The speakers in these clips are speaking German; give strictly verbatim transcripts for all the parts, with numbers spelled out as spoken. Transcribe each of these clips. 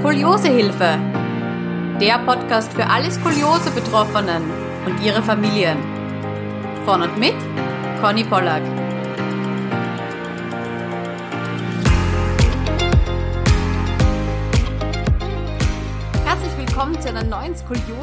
Skoliosehilfe. Der Podcast für alle Skoliose-Betroffenen und ihre Familien. Von und mit Conny Pollack. Herzlich willkommen zu einer neuen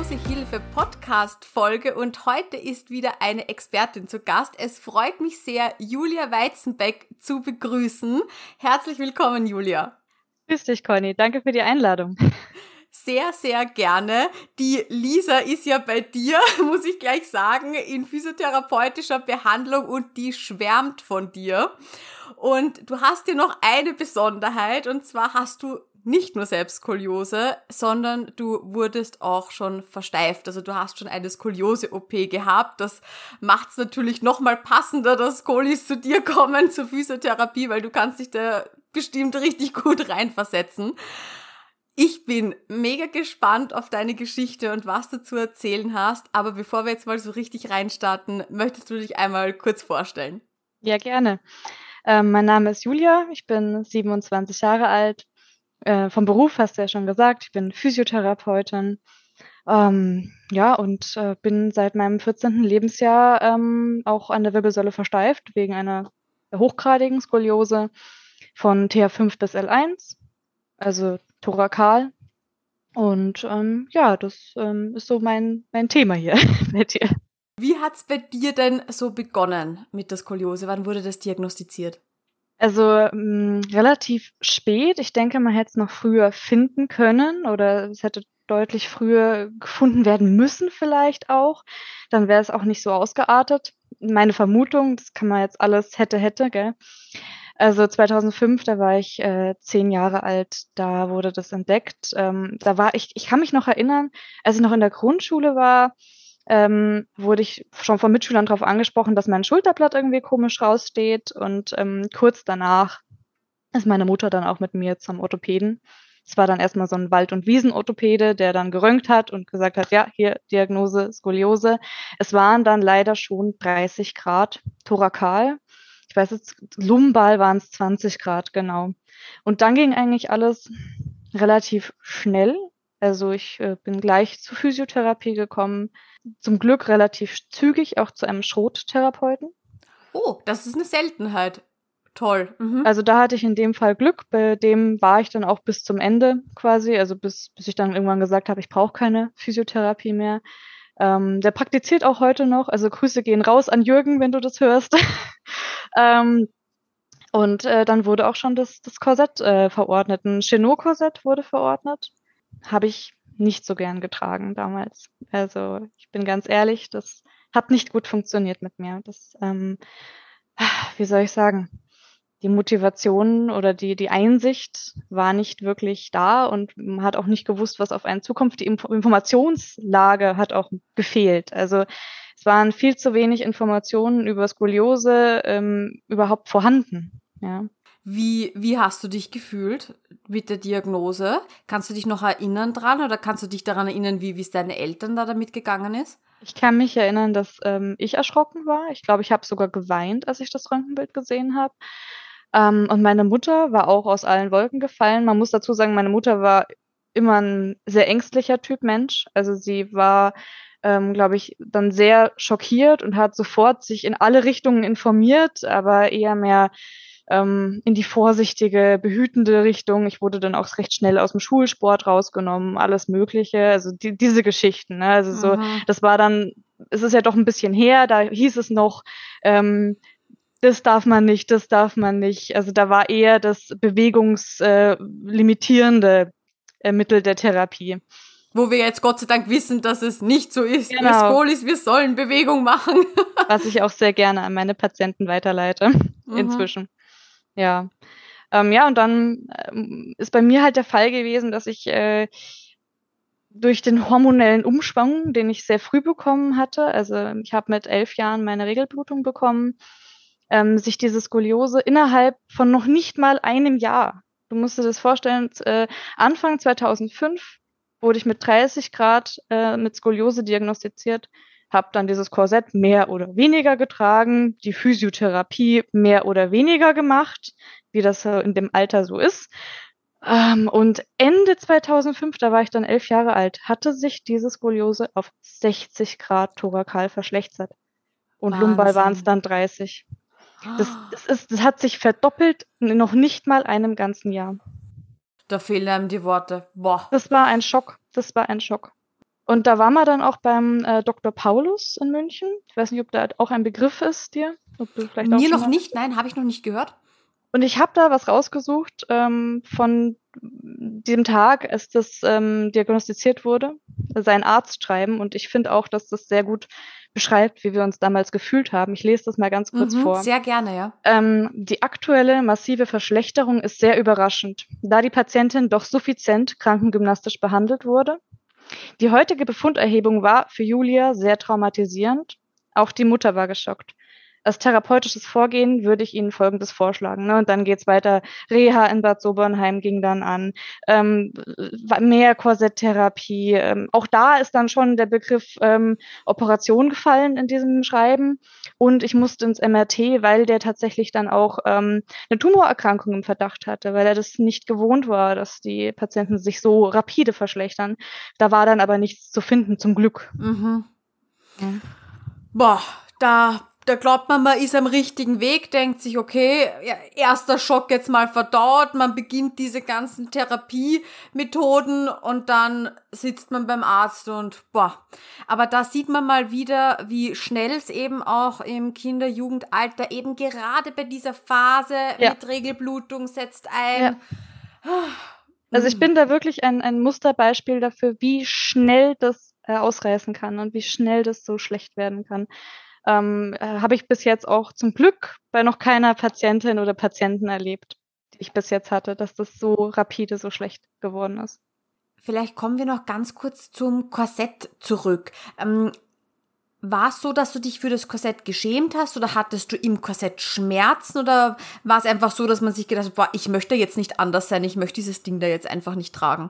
Skoliosehilfe-Podcast-Folge und heute ist wieder eine Expertin zu Gast. Es freut mich sehr, Julia Weizenbeck zu begrüßen. Herzlich willkommen, Julia. Grüß dich, Conny. Danke für die Einladung. Sehr, sehr gerne. Die Lisa ist ja bei dir, muss ich gleich sagen, in physiotherapeutischer Behandlung und die schwärmt von dir. Und du hast hier noch eine Besonderheit und zwar hast du nicht nur selbst Skoliose, sondern du wurdest auch schon versteift. Also du hast schon eine Skoliose-O P gehabt. Das macht es natürlich nochmal passender, dass Skolis zu dir kommen zur Physiotherapie, weil du kannst dich da bestimmt richtig gut reinversetzen. Ich bin mega gespannt auf deine Geschichte und was du zu erzählen hast. Aber bevor wir jetzt mal so richtig reinstarten, möchtest du dich einmal kurz vorstellen? Ja, gerne. Ähm, mein Name ist Julia. Ich bin siebenundzwanzig Jahre alt. Äh, vom Beruf hast du ja schon gesagt. Ich bin Physiotherapeutin. Ähm, ja, und äh, bin seit meinem vierzehnten Lebensjahr ähm, auch an der Wirbelsäule versteift wegen einer hochgradigen Skoliose von T H fünf bis L eins, also thorakal. Und ähm, ja, das ähm, ist so mein, mein Thema hier bei dir. Wie hat's bei dir denn so begonnen mit der Skoliose? Wann wurde das diagnostiziert? Also ähm, relativ spät. Ich denke, man hätte es noch früher finden können oder es hätte deutlich früher gefunden werden müssen vielleicht auch. Dann wäre es auch nicht so ausgeartet. Meine Vermutung, das kann man jetzt alles hätte, hätte, gell? Also zweitausendfünf, da war ich äh, zehn Jahre alt, da wurde das entdeckt. Ähm, da war ich, ich kann mich noch erinnern, als ich noch in der Grundschule war, ähm, wurde ich schon von Mitschülern darauf angesprochen, dass mein Schulterblatt irgendwie komisch raussteht. Und ähm, kurz danach ist meine Mutter dann auch mit mir zum Orthopäden. Es war dann erstmal so ein Wald- und Wiesenorthopäde, der dann geröntgt hat und gesagt hat, ja, hier Diagnose Skoliose. Es waren dann leider schon dreißig Grad thorakal. Ich weiß jetzt, lumbal waren es zwanzig Grad, genau. Und dann ging eigentlich alles relativ schnell. Also ich äh, bin gleich zur Physiotherapie gekommen. Zum Glück relativ zügig auch zu einem Schrottherapeuten. Oh, das ist eine Seltenheit. Toll. Mhm. Also da hatte ich in dem Fall Glück. Bei dem war ich dann auch bis zum Ende quasi. Also bis, bis ich dann irgendwann gesagt habe, ich brauche keine Physiotherapie mehr. Ähm, der praktiziert auch heute noch. Also Grüße gehen raus an Jürgen, wenn du das hörst. ähm, und äh, dann wurde auch schon das, das Korsett äh, verordnet. Ein Chenot-Korsett wurde verordnet. Habe ich nicht so gern getragen damals. Also ich bin ganz ehrlich, das hat nicht gut funktioniert mit mir. Das, ähm, wie soll ich sagen, die Motivation oder die, die Einsicht war nicht wirklich da und man hat auch nicht gewusst, was auf einen zukommt. Die Inf- Informationslage hat auch gefehlt. Also es waren viel zu wenig Informationen über Skoliose ähm, überhaupt vorhanden. Ja. Wie, wie hast du dich gefühlt mit der Diagnose? Kannst du dich noch erinnern dran oder kannst du dich daran erinnern, wie wie es deine Eltern da damit gegangen ist? Ich kann mich erinnern, dass ähm, ich erschrocken war. Ich glaube, ich habe sogar geweint, als ich das Röntgenbild gesehen habe. Ähm, und meine Mutter war auch aus allen Wolken gefallen. Man muss dazu sagen, meine Mutter war immer ein sehr ängstlicher Typ Mensch. Also sie war, ähm, glaube ich, dann sehr schockiert und hat sofort sich in alle Richtungen informiert, aber eher mehr ähm, in die vorsichtige, behütende Richtung. Ich wurde dann auch recht schnell aus dem Schulsport rausgenommen, alles Mögliche. Also die, diese Geschichten. Ne? Also so, Mhm. das war dann, es ist ja doch ein bisschen her, da hieß es noch, ähm, das darf man nicht, das darf man nicht. Also da war eher das bewegungslimitierende äh, Mittel der Therapie. Wo wir jetzt Gott sei Dank wissen, dass es nicht so ist. Genau. Wir Skolis, wir sollen Bewegung machen. Was ich auch sehr gerne an meine Patienten weiterleite Mhm. inzwischen. Ja. Ähm, ja, und dann ähm, ist bei mir halt der Fall gewesen, dass ich äh, durch den hormonellen Umschwung, den ich sehr früh bekommen hatte, also ich habe mit elf Jahren meine Regelblutung bekommen, ähm, sich diese Skoliose innerhalb von noch nicht mal einem Jahr, du musst dir das vorstellen, äh, Anfang zweitausendfünf wurde ich mit dreißig Grad äh, mit Skoliose diagnostiziert, habe dann dieses Korsett mehr oder weniger getragen, die Physiotherapie mehr oder weniger gemacht, wie das äh, in dem Alter so ist. Ähm, und Ende zweitausendfünf, da war ich dann elf Jahre alt, hatte sich diese Skoliose auf sechzig Grad thorakal verschlechtert. Und lumbal waren es Wahnsinn. dann dreißig. Das, das, ist, das hat sich verdoppelt in noch nicht mal einem ganzen Jahr. Da fehlen einem die Worte. Boah. Das war ein Schock. Das war ein Schock. Und da waren wir dann auch beim äh, Doktor Paulus in München. Ich weiß nicht, ob da auch ein Begriff ist dir. Ob du vielleicht auch Mir schon noch mal... nicht, nein, habe ich noch nicht gehört. Und ich habe da was rausgesucht ähm, von diesem Tag, als das ähm, diagnostiziert wurde, sein Arztschreiben. Und ich finde auch, dass das sehr gut beschreibt, wie wir uns damals gefühlt haben. Ich lese das mal ganz kurz Mhm, vor. sehr gerne, ja. Ähm, die aktuelle massive Verschlechterung ist sehr überraschend, da die Patientin doch suffizient krankengymnastisch behandelt wurde. Die heutige Befunderhebung war für Julia sehr traumatisierend. Auch die Mutter war geschockt. Als therapeutisches Vorgehen würde ich Ihnen Folgendes vorschlagen. Ne? Und dann geht's weiter. Reha in Bad Sobernheim ging dann an. Ähm, mehr Korsetttherapie. Ähm, auch da ist dann schon der Begriff ähm, Operation gefallen in diesem Schreiben. Und ich musste ins M R T, weil der tatsächlich dann auch ähm, eine Tumorerkrankung im Verdacht hatte, weil er das nicht gewohnt war, dass die Patienten sich so rapide verschlechtern. Da war dann aber nichts zu finden, zum Glück. Mhm. Ja. Boah, da, da glaubt man, man ist am richtigen Weg, denkt sich, okay, ja, erster Schock jetzt mal verdaut, man beginnt diese ganzen Therapiemethoden und dann sitzt man beim Arzt und boah. Aber da sieht man mal wieder, wie schnell es eben auch im Kinder-Jugendalter eben gerade bei dieser Phase Ja. mit Regelblutung setzt ein. Ja. Also ich bin da wirklich ein, ein Musterbeispiel dafür, wie schnell das äh, ausreißen kann und wie schnell das so schlecht werden kann. Ähm, äh, habe ich bis jetzt auch zum Glück bei noch keiner Patientin oder Patienten erlebt, die ich bis jetzt hatte, dass das so rapide so schlecht geworden ist. Vielleicht kommen wir noch ganz kurz zum Korsett zurück. Ähm, war es so, dass du dich für das Korsett geschämt hast oder hattest du im Korsett Schmerzen oder war es einfach so, dass man sich gedacht hat, boah, ich möchte jetzt nicht anders sein, ich möchte dieses Ding da jetzt einfach nicht tragen?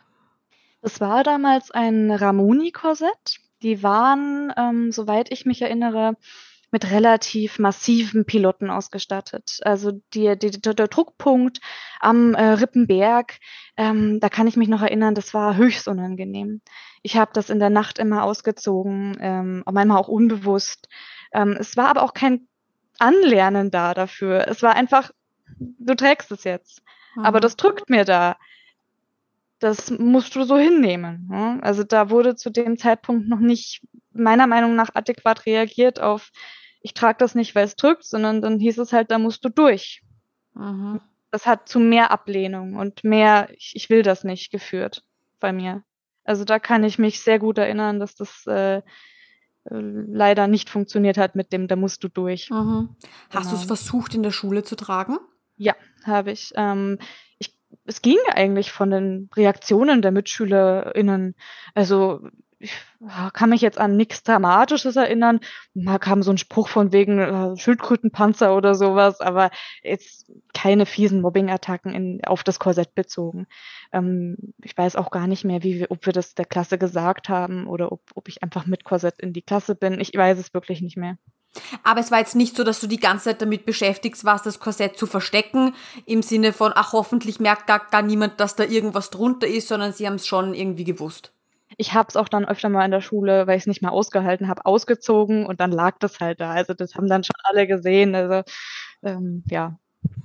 Das war damals ein Ramoni-Korsett. Die waren, ähm, soweit ich mich erinnere, mit relativ massiven Piloten ausgestattet. Also die, die, der Druckpunkt am äh, Rippenberg, ähm, da kann ich mich noch erinnern, das war höchst unangenehm. Ich habe das in der Nacht immer ausgezogen, ähm, manchmal auch unbewusst. Ähm, es war aber auch kein Anlernen da dafür. Es war einfach, du trägst es jetzt. Mhm. Aber das drückt mir da. Das musst du so hinnehmen. Ne? Also da wurde zu dem Zeitpunkt noch nicht meiner Meinung nach adäquat reagiert auf, ich trage das nicht, weil es drückt, sondern dann hieß es halt, da musst du durch. Mhm. Das hat zu mehr Ablehnung und mehr, ich, ich will das nicht, geführt bei mir. Also da kann ich mich sehr gut erinnern, dass das äh, leider nicht funktioniert hat mit dem, da musst du durch. Mhm. Hast Genau. du es versucht, in der Schule zu tragen? Ja, habe ich. Ähm, ich. Es ging eigentlich von den Reaktionen der MitschülerInnen. Also ich kann mich jetzt an nichts Dramatisches erinnern. Mal kam so ein Spruch von wegen äh, Schildkrötenpanzer oder sowas, aber jetzt keine fiesen Mobbing-Attacken in, auf das Korsett bezogen. Ähm, ich weiß auch gar nicht mehr, wie wir, ob wir das der Klasse gesagt haben oder ob, ob ich einfach mit Korsett in die Klasse bin. Ich weiß es wirklich nicht mehr. Aber es war jetzt nicht so, dass du die ganze Zeit damit beschäftigt warst, das Korsett zu verstecken, im Sinne von, ach, hoffentlich merkt gar, gar niemand, dass da irgendwas drunter ist, sondern sie haben es schon irgendwie gewusst. Ich habe es auch dann öfter mal in der Schule, weil ich es nicht mehr ausgehalten habe, ausgezogen und dann lag das halt da. Also das haben dann schon alle gesehen. Also ähm, ja.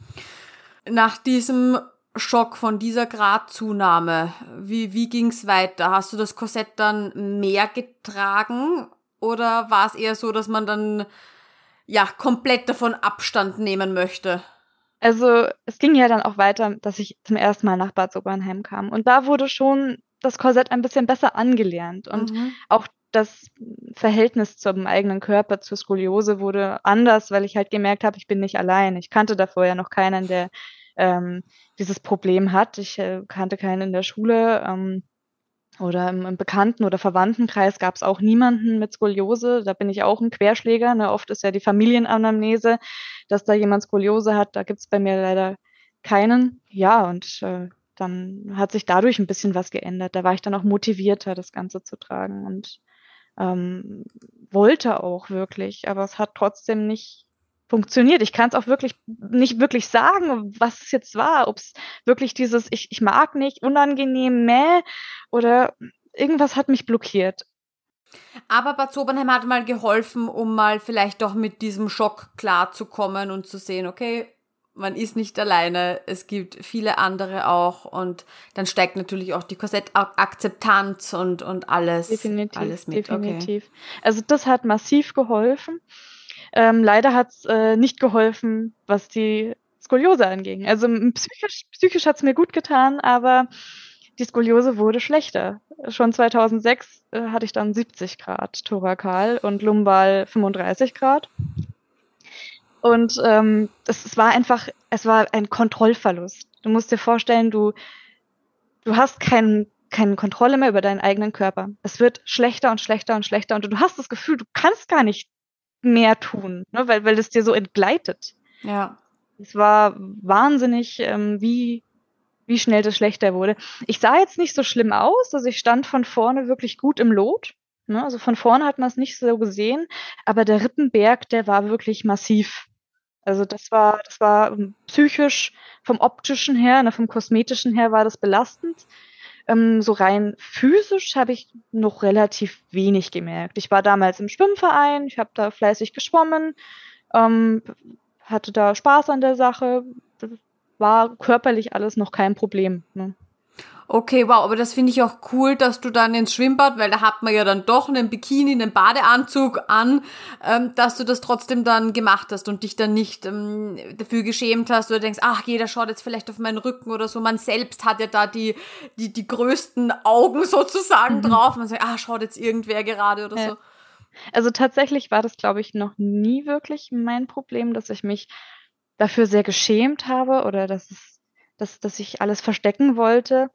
Nach diesem Schock von dieser Gradzunahme, wie, wie ging es weiter? Hast du das Korsett dann mehr getragen oder war es eher so, dass man dann ja komplett davon Abstand nehmen möchte? Also es ging ja dann auch weiter, dass ich zum ersten Mal nach Bad Sobernheim kam. Und da wurde schon das Korsett ein bisschen besser angelernt. Und Mhm. auch das Verhältnis zum eigenen Körper, zur Skoliose wurde anders, weil ich halt gemerkt habe, ich bin nicht allein. Ich kannte davor ja noch keinen, der ähm, dieses Problem hat. Ich äh, kannte keinen in der Schule. Ähm, oder im, im Bekannten- oder Verwandtenkreis gab es auch niemanden mit Skoliose. Da bin ich auch ein Querschläger. Ne? Oft ist ja die Familienanamnese, dass da jemand Skoliose hat. Da gibt es bei mir leider keinen. Ja, und äh, dann hat sich dadurch ein bisschen was geändert. Da war ich dann auch motivierter, das Ganze zu tragen und ähm, wollte auch wirklich. Aber es hat trotzdem nicht funktioniert. Ich kann es auch wirklich nicht wirklich sagen, was es jetzt war, ob es wirklich dieses ich, ich mag nicht, unangenehm, meh, oder irgendwas hat mich blockiert. Aber Bad Sobernheim hat mal geholfen, um mal vielleicht doch mit diesem Schock klarzukommen und zu sehen, okay, man ist nicht alleine, es gibt viele andere auch und dann steigt natürlich auch die Korsettakzeptanz und, und alles, Definitiv, alles mit. definitiv. Okay. Also das hat massiv geholfen. Ähm, leider hat es äh, nicht geholfen, was die Skoliose anging. Also psychisch, psychisch hat es mir gut getan, aber die Skoliose wurde schlechter. Schon zweitausendsechs äh, hatte ich dann siebzig Grad thorakal und lumbal fünfunddreißig Grad. Und ähm, das, es war einfach, es war ein Kontrollverlust. Du musst dir vorstellen, du, du hast keinen keine Kontrolle mehr über deinen eigenen Körper. Es wird schlechter und schlechter und schlechter und du hast das Gefühl, du kannst gar nicht mehr tun, ne, weil, weil es dir so entgleitet. Ja. Es war wahnsinnig, ähm, wie, wie schnell das schlechter wurde. Ich sah jetzt nicht so schlimm aus, also ich stand von vorne wirklich gut im Lot. Ne, also von vorne hat man es nicht so gesehen, aber der Rippenberg, der war wirklich massiv. Also das war, das war psychisch, vom optischen her, ne, vom kosmetischen her war das belastend. Ähm, so rein physisch habe ich noch relativ wenig gemerkt. Ich war damals im Schwimmverein, ich habe da fleißig geschwommen, ähm, hatte da Spaß an der Sache, war körperlich alles noch kein Problem. Ne? Okay, wow, aber das finde ich auch cool, dass du dann ins Schwimmbad, weil da hat man ja dann doch einen Bikini, einen Badeanzug an, ähm, dass du das trotzdem dann gemacht hast und dich dann nicht ähm, dafür geschämt hast oder denkst, ach, jeder schaut jetzt vielleicht auf meinen Rücken oder so. Man selbst hat ja da die die die größten Augen sozusagen mhm. drauf. Man sagt, ah, schaut jetzt irgendwer gerade oder ja. so. Also tatsächlich war das, glaube ich, noch nie wirklich mein Problem, dass ich mich dafür sehr geschämt habe oder dass es, dass, dass ich alles verstecken wollte.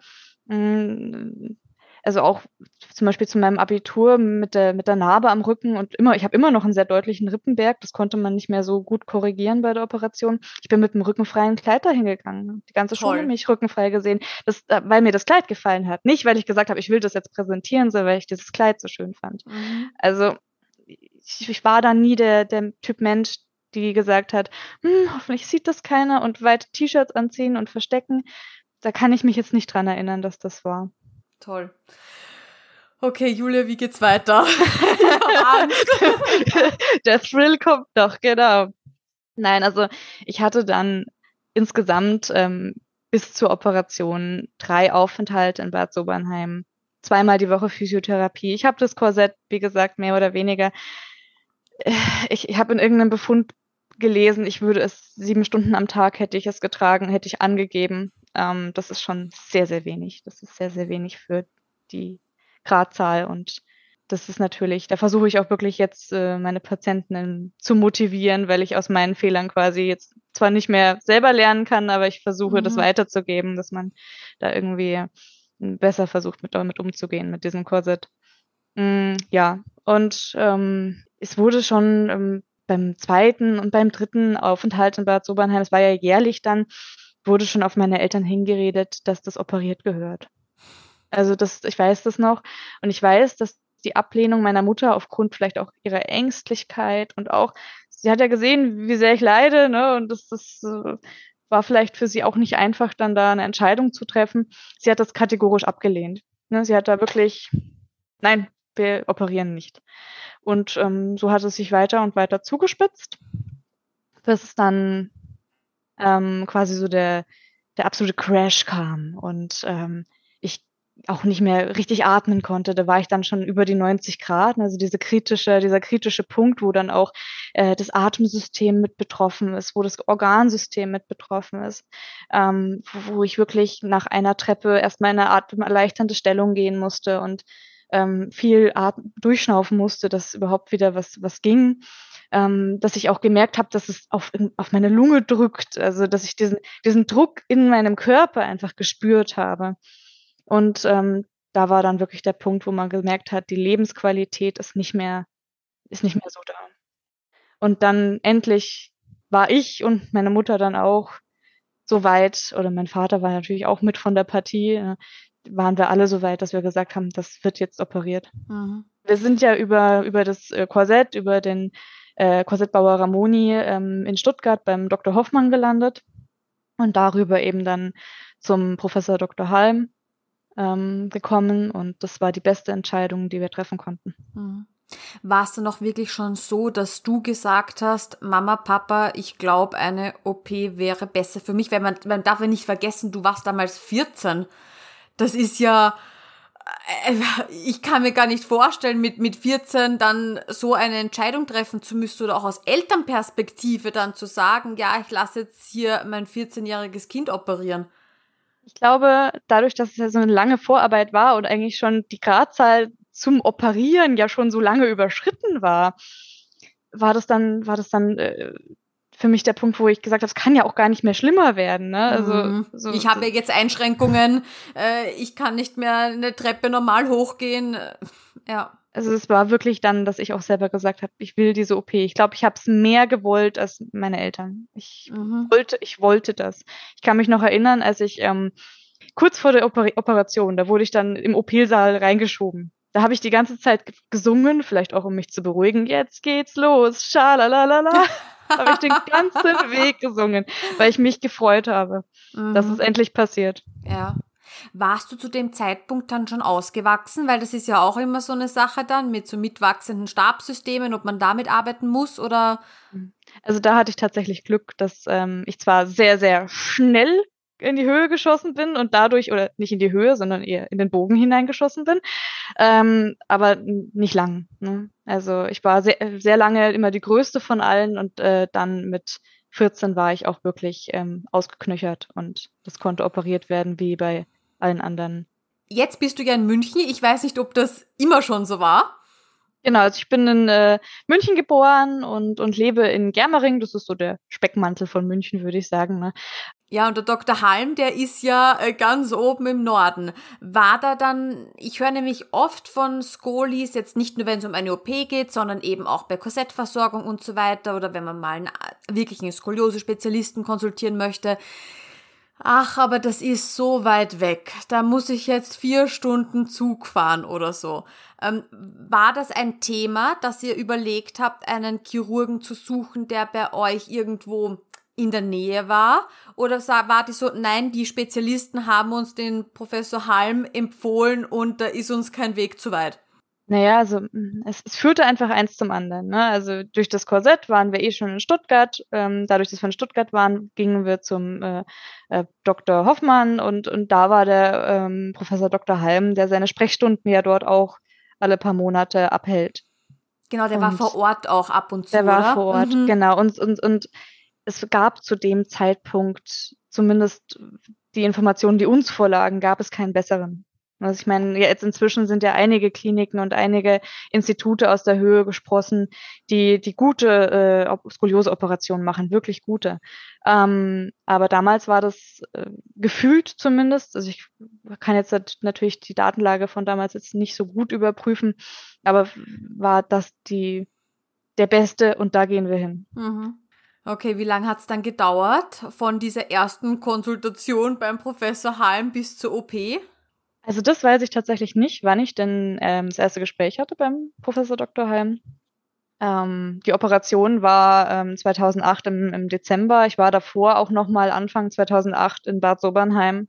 Also auch zum Beispiel zu meinem Abitur mit der, mit der Narbe am Rücken und immer, ich habe immer noch einen sehr deutlichen Rippenberg, das konnte man nicht mehr so gut korrigieren bei der Operation. Ich bin mit einem rückenfreien Kleid dahin gegangen. Die ganze Toll. Schule mich rückenfrei gesehen, das, weil mir das Kleid gefallen hat. Nicht, weil ich gesagt habe, ich will das jetzt präsentieren, sondern weil ich dieses Kleid so schön fand. Mhm. Also ich, ich war da nie der, der Typ Mensch, die gesagt hat, hm, hoffentlich sieht das keiner und weite T-Shirts anziehen und verstecken. Da kann ich mich jetzt nicht dran erinnern, dass das war. Toll. Okay, Julia, wie geht's weiter? Der Thrill kommt doch, genau. Nein, also ich hatte dann insgesamt ähm, bis zur Operation drei Aufenthalte in Bad Sobernheim, zweimal die Woche Physiotherapie. Ich habe das Korsett, wie gesagt, mehr oder weniger. Ich, ich habe in irgendeinem Befund gelesen, ich würde es sieben Stunden am Tag hätte ich es getragen, hätte ich angegeben. Ähm, das ist schon sehr, sehr wenig. Das ist sehr, sehr wenig für die Gradzahl und das ist natürlich, da versuche ich auch wirklich jetzt äh, meine Patienten zu motivieren, weil ich aus meinen Fehlern quasi jetzt zwar nicht mehr selber lernen kann, aber ich versuche, mhm. das weiterzugeben, dass man da irgendwie besser versucht, mit damit umzugehen, mit diesem Korsett. Mm, ja, und ähm, es wurde schon ähm, beim zweiten und beim dritten Aufenthalt in Bad Sobernheim, es war ja jährlich dann, wurde schon auf meine Eltern hingeredet, dass das operiert gehört. Also das, ich weiß das noch und ich weiß, dass die Ablehnung meiner Mutter aufgrund vielleicht auch ihrer Ängstlichkeit und auch, sie hat ja gesehen, wie sehr ich leide, ne, und das, das äh, war vielleicht für sie auch nicht einfach, dann da eine Entscheidung zu treffen. Sie hat das kategorisch abgelehnt. Ne, sie hat da wirklich, nein, wir operieren nicht. Und ähm, so hat es sich weiter und weiter zugespitzt, bis es dann ähm, quasi so der, der absolute Crash kam und ähm, ich auch nicht mehr richtig atmen konnte. Da war ich dann schon über die neunzig Grad, also diese kritische, dieser kritische Punkt, wo dann auch äh, das Atemsystem mit betroffen ist, wo das Organsystem mit betroffen ist, ähm, wo, wo ich wirklich nach einer Treppe erstmal in eine atemerleichternde Stellung gehen musste und ähm, viel Atem durchschnaufen musste, dass überhaupt wieder was, was ging. Ähm, dass ich auch gemerkt habe, dass es auf, auf meine Lunge drückt, also dass ich diesen, diesen Druck in meinem Körper einfach gespürt habe. Und ähm, da war dann wirklich der Punkt, wo man gemerkt hat, die Lebensqualität ist nicht mehr, ist nicht mehr so da. Und dann endlich war ich und meine Mutter dann auch so weit, oder mein Vater war natürlich auch mit von der Partie, äh, waren wir alle so weit, dass wir gesagt haben, das wird jetzt operiert. Mhm. Wir sind ja über, über das äh, Korsett, über den äh, Korsettbauer Ramoni ähm, in Stuttgart beim Doktor Hoffmann gelandet und darüber eben dann zum Professor Doktor Halm ähm, gekommen. Und das war die beste Entscheidung, die wir treffen konnten. Mhm. War es dann auch wirklich schon so, dass du gesagt hast, Mama, Papa, ich glaube, eine O P wäre besser für mich? Weil man, man darf ja nicht vergessen, du warst damals vierzehn. Das ist ja, äh, ich kann mir gar nicht vorstellen, mit, mit vierzehn dann so eine Entscheidung treffen zu müssen oder auch aus Elternperspektive dann zu sagen, ja, ich lasse jetzt hier mein vierzehnjähriges Kind operieren. Ich glaube, dadurch, dass es ja so eine lange Vorarbeit war und eigentlich schon die Gradzahl zum Operieren ja schon so lange überschritten war, war das dann, war das dann äh, für mich der Punkt, wo ich gesagt habe, es kann ja auch gar nicht mehr schlimmer werden. Ne? Also Mhm. so, Ich habe ja jetzt Einschränkungen, äh, ich kann nicht mehr eine Treppe normal hochgehen. Äh, Ja. Also es war wirklich dann, dass ich auch selber gesagt habe, ich will diese O P. Ich glaube, ich habe es mehr gewollt als meine Eltern. Ich Mhm. wollte, ich wollte das. Ich kann mich noch erinnern, als ich ähm, kurz vor der Oper Operation, da wurde ich dann im O P-Saal reingeschoben. Da habe ich die ganze Zeit ge- gesungen, vielleicht auch um mich zu beruhigen. Jetzt geht's los, schalalalala. Habe ich den ganzen Weg gesungen, weil ich mich gefreut habe, dass es Mhm. endlich passiert. Ja. Warst du zu dem Zeitpunkt dann schon ausgewachsen? Weil das ist ja auch immer so eine Sache dann mit so mitwachsenden Stabsystemen, ob man damit arbeiten muss oder. Also da hatte ich tatsächlich Glück, dass ähm, ich zwar sehr, sehr schnell in die Höhe geschossen bin und dadurch, oder nicht in die Höhe, sondern eher in den Bogen hineingeschossen bin, ähm, aber n- nicht lang. Ne? Also ich war sehr, sehr lange immer die größte von allen und äh, dann mit vierzehn war ich auch wirklich ähm, ausgeknöchert und das konnte operiert werden wie bei allen anderen. Jetzt bist du ja in München. Ich weiß nicht, ob das immer schon so war. Genau, also ich bin in äh, München geboren und, und lebe in Germering. Das ist so der Speckmantel von München, würde ich sagen. Ne? Ja, und der Doktor Halm, der ist ja äh, ganz oben im Norden. War da dann, ich höre nämlich oft von Skolis, jetzt nicht nur, wenn es um eine O P geht, sondern eben auch bei Korsettversorgung und so weiter oder wenn man mal einen äh, wirklichen Skoliose-Spezialisten konsultieren möchte. Ach, aber das ist so weit weg. Da muss ich jetzt vier Stunden Zug fahren oder so. Ähm, war das ein Thema, dass ihr überlegt habt, einen Chirurgen zu suchen, der bei euch irgendwo in der Nähe war? Oder war die so, nein, die Spezialisten haben uns den Professor Halm empfohlen und da ist uns kein Weg zu weit? Naja, also mm, es, es führte einfach eins zum anderen. Ne? Also durch das Korsett waren wir eh schon in Stuttgart. Ähm, dadurch, dass wir in Stuttgart waren, gingen wir zum äh, äh, Doktor Hoffmann und, und da war der ähm, Professor Doktor Halm, der seine Sprechstunden ja dort auch alle paar Monate abhält. Genau, der war vor Und Ort auch ab und zu, der war vor oder? Ort, Mhm. genau. Und, und, und es gab zu dem Zeitpunkt, zumindest die Informationen, die uns vorlagen, gab es keinen besseren. Also ich meine, ja, jetzt inzwischen sind ja einige Kliniken und einige Institute aus der Höhe gesprossen, die die gute äh, Skoliose-Operationen machen, wirklich gute. Ähm, aber damals war das äh, gefühlt zumindest, also ich kann jetzt nat- natürlich die Datenlage von damals jetzt nicht so gut überprüfen, aber war das die der Beste und da gehen wir hin. Mhm. Okay, wie lange hat's dann gedauert von dieser ersten Konsultation beim Professor Halm bis zur O P? Also das weiß ich tatsächlich nicht, wann ich denn ähm, das erste Gespräch hatte beim Professor Doktor Halm. Ähm, die Operation war ähm, zweitausendacht im, im Dezember. Ich war davor auch noch mal Anfang zweitausendacht in Bad Sobernheim,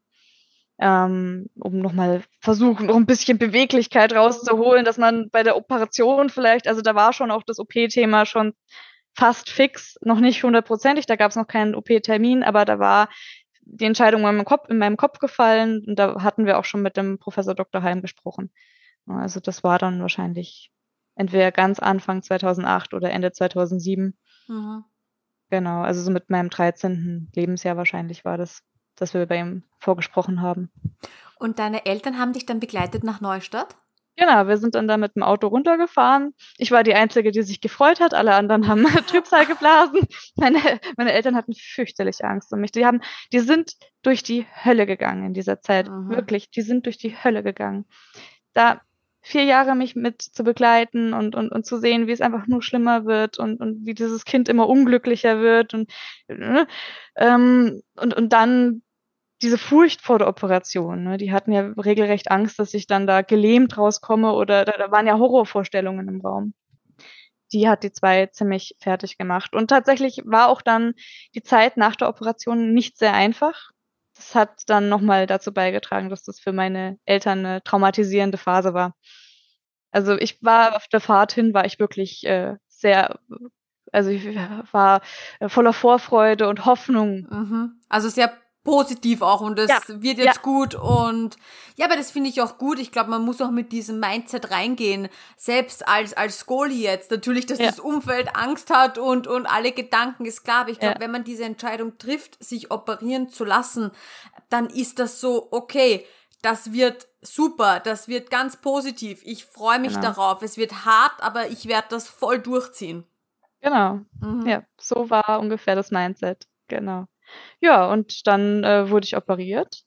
ähm, um noch mal versuchen, noch ein bisschen Beweglichkeit rauszuholen, dass man bei der Operation vielleicht, also da war schon auch das O P-Thema schon fast fix, noch nicht hundertprozentig, da gab es noch keinen O P-Termin, aber da war die Entscheidung in meinem Kopf, in meinem Kopf gefallen und da hatten wir auch schon mit dem Professor Doktor Heim gesprochen. Also das war dann wahrscheinlich entweder ganz Anfang zweitausendacht oder Ende zweitausendsieben. Mhm. Genau, also so mit meinem dreizehnten Lebensjahr wahrscheinlich war das, dass wir bei ihm vorgesprochen haben. Und deine Eltern haben dich dann begleitet nach Neustadt? Genau, wir sind dann da mit dem Auto runtergefahren. Ich war die Einzige, die sich gefreut hat. Alle anderen haben Trübsal geblasen. Meine, meine Eltern hatten fürchterlich Angst um mich. Die haben, die sind durch die Hölle gegangen in dieser Zeit. Mhm. Wirklich, die sind durch die Hölle gegangen. Da vier Jahre mich mit zu begleiten und, und, und zu sehen, wie es einfach nur schlimmer wird und, und wie dieses Kind immer unglücklicher wird und, äh, ähm, und, und dann diese Furcht vor der Operation, ne? Die hatten ja regelrecht Angst, dass ich dann da gelähmt rauskomme oder da, da waren ja Horrorvorstellungen im Raum. die hat die zwei ziemlich fertig gemacht. Und tatsächlich war auch dann die Zeit nach der Operation nicht sehr einfach. Das hat dann nochmal dazu beigetragen, dass das für meine Eltern eine traumatisierende Phase war. Also ich war auf der Fahrt hin, war ich wirklich äh, sehr, also ich war äh, voller Vorfreude und Hoffnung. Mhm. Also sehr positiv auch und es Ja, wird ja. jetzt gut und ja, aber das finde ich auch gut. Ich glaube, man muss auch mit diesem Mindset reingehen. Selbst als als Skoli jetzt. Natürlich, dass Ja. das Umfeld Angst hat und und alle Gedanken ist klar. Aber ich glaube, Ja. wenn man diese Entscheidung trifft, sich operieren zu lassen, dann ist das so, okay, das wird super, das wird ganz positiv. Ich freue mich Genau. darauf. Es wird hart, aber ich werde das voll durchziehen. Genau. Mhm. Ja, so war ungefähr das Mindset. Genau. Ja, und dann äh, wurde ich operiert.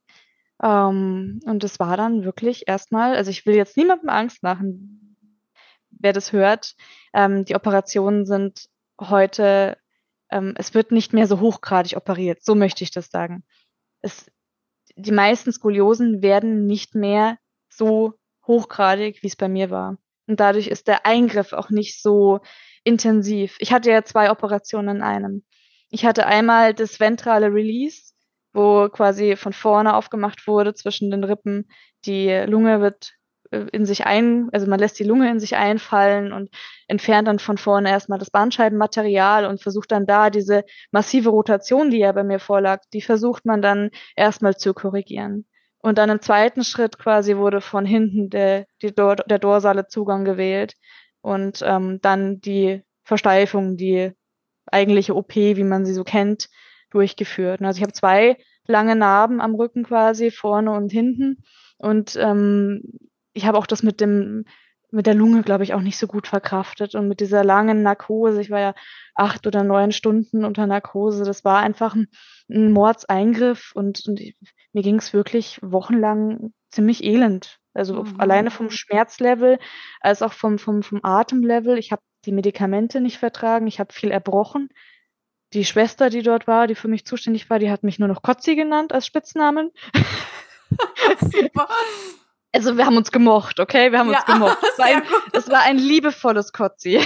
Ähm, und es war dann wirklich erstmal, also ich will jetzt niemandem Angst machen, wer das hört. Ähm, die Operationen sind heute, ähm, es wird nicht mehr so hochgradig operiert, so möchte ich das sagen. Es, die meisten Skoliosen werden nicht mehr so hochgradig, wie es bei mir war. Und dadurch ist der Eingriff auch nicht so intensiv. Ich hatte ja zwei Operationen in einem. Ich hatte einmal das ventrale Release, wo quasi von vorne aufgemacht wurde zwischen den Rippen. Die Lunge wird äh, in sich ein, also man lässt die Lunge in sich einfallen und entfernt dann von vorne erstmal das Bandscheibenmaterial und versucht dann da diese massive Rotation, die ja bei mir vorlag, die versucht man dann erstmal zu korrigieren. Und dann im zweiten Schritt quasi wurde von hinten der, die, der dorsale Zugang gewählt und ähm, dann die Versteifung, die eigentliche O P, wie man sie so kennt, durchgeführt. Also ich habe zwei lange Narben am Rücken quasi, vorne und hinten. Und ähm, ich habe auch das mit dem mit der Lunge, glaube ich, auch nicht so gut verkraftet. Und mit dieser langen Narkose, ich war ja acht oder neun Stunden unter Narkose, das war einfach ein, ein Mordseingriff und, und ich, mir ging es wirklich wochenlang ziemlich elend. Also Mhm. alleine vom Schmerzlevel, als auch vom, vom, vom Atemlevel. Ich habe die Medikamente nicht vertragen, ich habe viel erbrochen. Die Schwester, die dort war, die für mich zuständig war, die hat mich nur noch Kotzi genannt als Spitznamen. Super. Also wir haben uns gemocht, okay? Wir haben Ja, uns gemocht. Es war, sehr ein, gut. es war ein liebevolles Kotzi.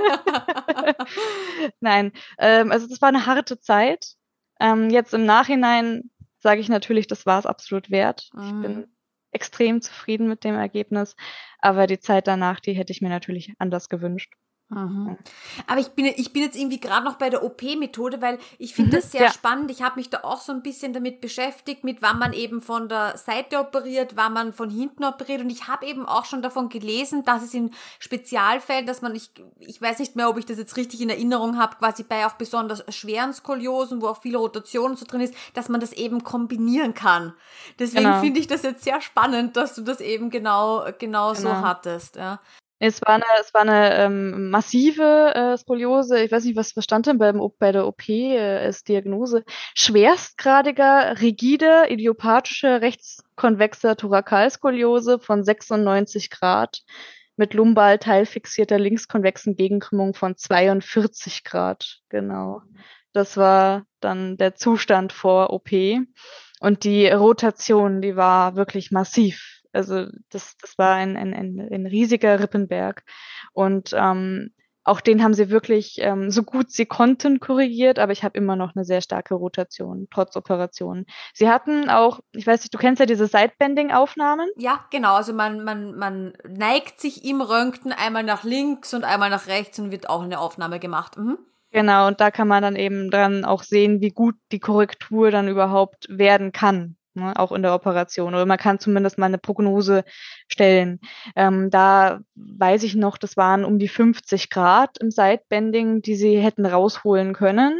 Nein, ähm, also das war eine harte Zeit. Ähm, jetzt im Nachhinein sage ich natürlich, das war es absolut wert. Ich bin Mhm. extrem zufrieden mit dem Ergebnis, aber die Zeit danach, die hätte ich mir natürlich anders gewünscht. Mhm. Aber ich bin, ich bin jetzt irgendwie gerade noch bei der O P-Methode, weil ich finde Mhm, das sehr ja. spannend. Ich habe mich da auch so ein bisschen damit beschäftigt, mit wann man eben von der Seite operiert, wann man von hinten operiert. Und ich habe eben auch schon davon gelesen, dass es in Spezialfällen, dass man, ich, ich weiß nicht mehr, ob ich das jetzt richtig in Erinnerung habe, quasi bei auch besonders schweren Skoliosen, wo auch viel Rotation so drin ist, dass man das eben kombinieren kann. Deswegen Genau. finde ich das jetzt sehr spannend, dass du das eben genau, genau so Genau. hattest. Ja. Es war eine, es war eine ähm, massive äh, Skoliose. Ich weiß nicht, was, was stand denn beim, bei der O P äh, als Diagnose? Schwerstgradiger, rigide, idiopathische, rechtskonvexer Thorakalskoliose von sechsundneunzig Grad mit lumbal teilfixierter linkskonvexen Gegenkrümmung von zweiundvierzig Grad. Genau. Das war dann der Zustand vor O P. Und die Rotation, die war wirklich massiv. Also das, das war ein, ein, ein, ein riesiger Rippenberg. Und ähm, auch den haben sie wirklich ähm, so gut sie konnten korrigiert, aber ich habe immer noch eine sehr starke Rotation, trotz Operation. Sie hatten auch, ich weiß nicht, du kennst ja diese Sidebending-Aufnahmen? Ja, genau. Also man, man, man neigt sich im Röntgen einmal nach links und einmal nach rechts und wird auch eine Aufnahme gemacht. Mhm. Genau, und da kann man dann eben dran auch sehen, wie gut die Korrektur dann überhaupt werden kann, ne, auch in der Operation. Oder man kann zumindest mal eine Prognose stellen. Ähm, da weiß ich noch, das waren um die fünfzig Grad im Sidebending, die sie hätten rausholen können.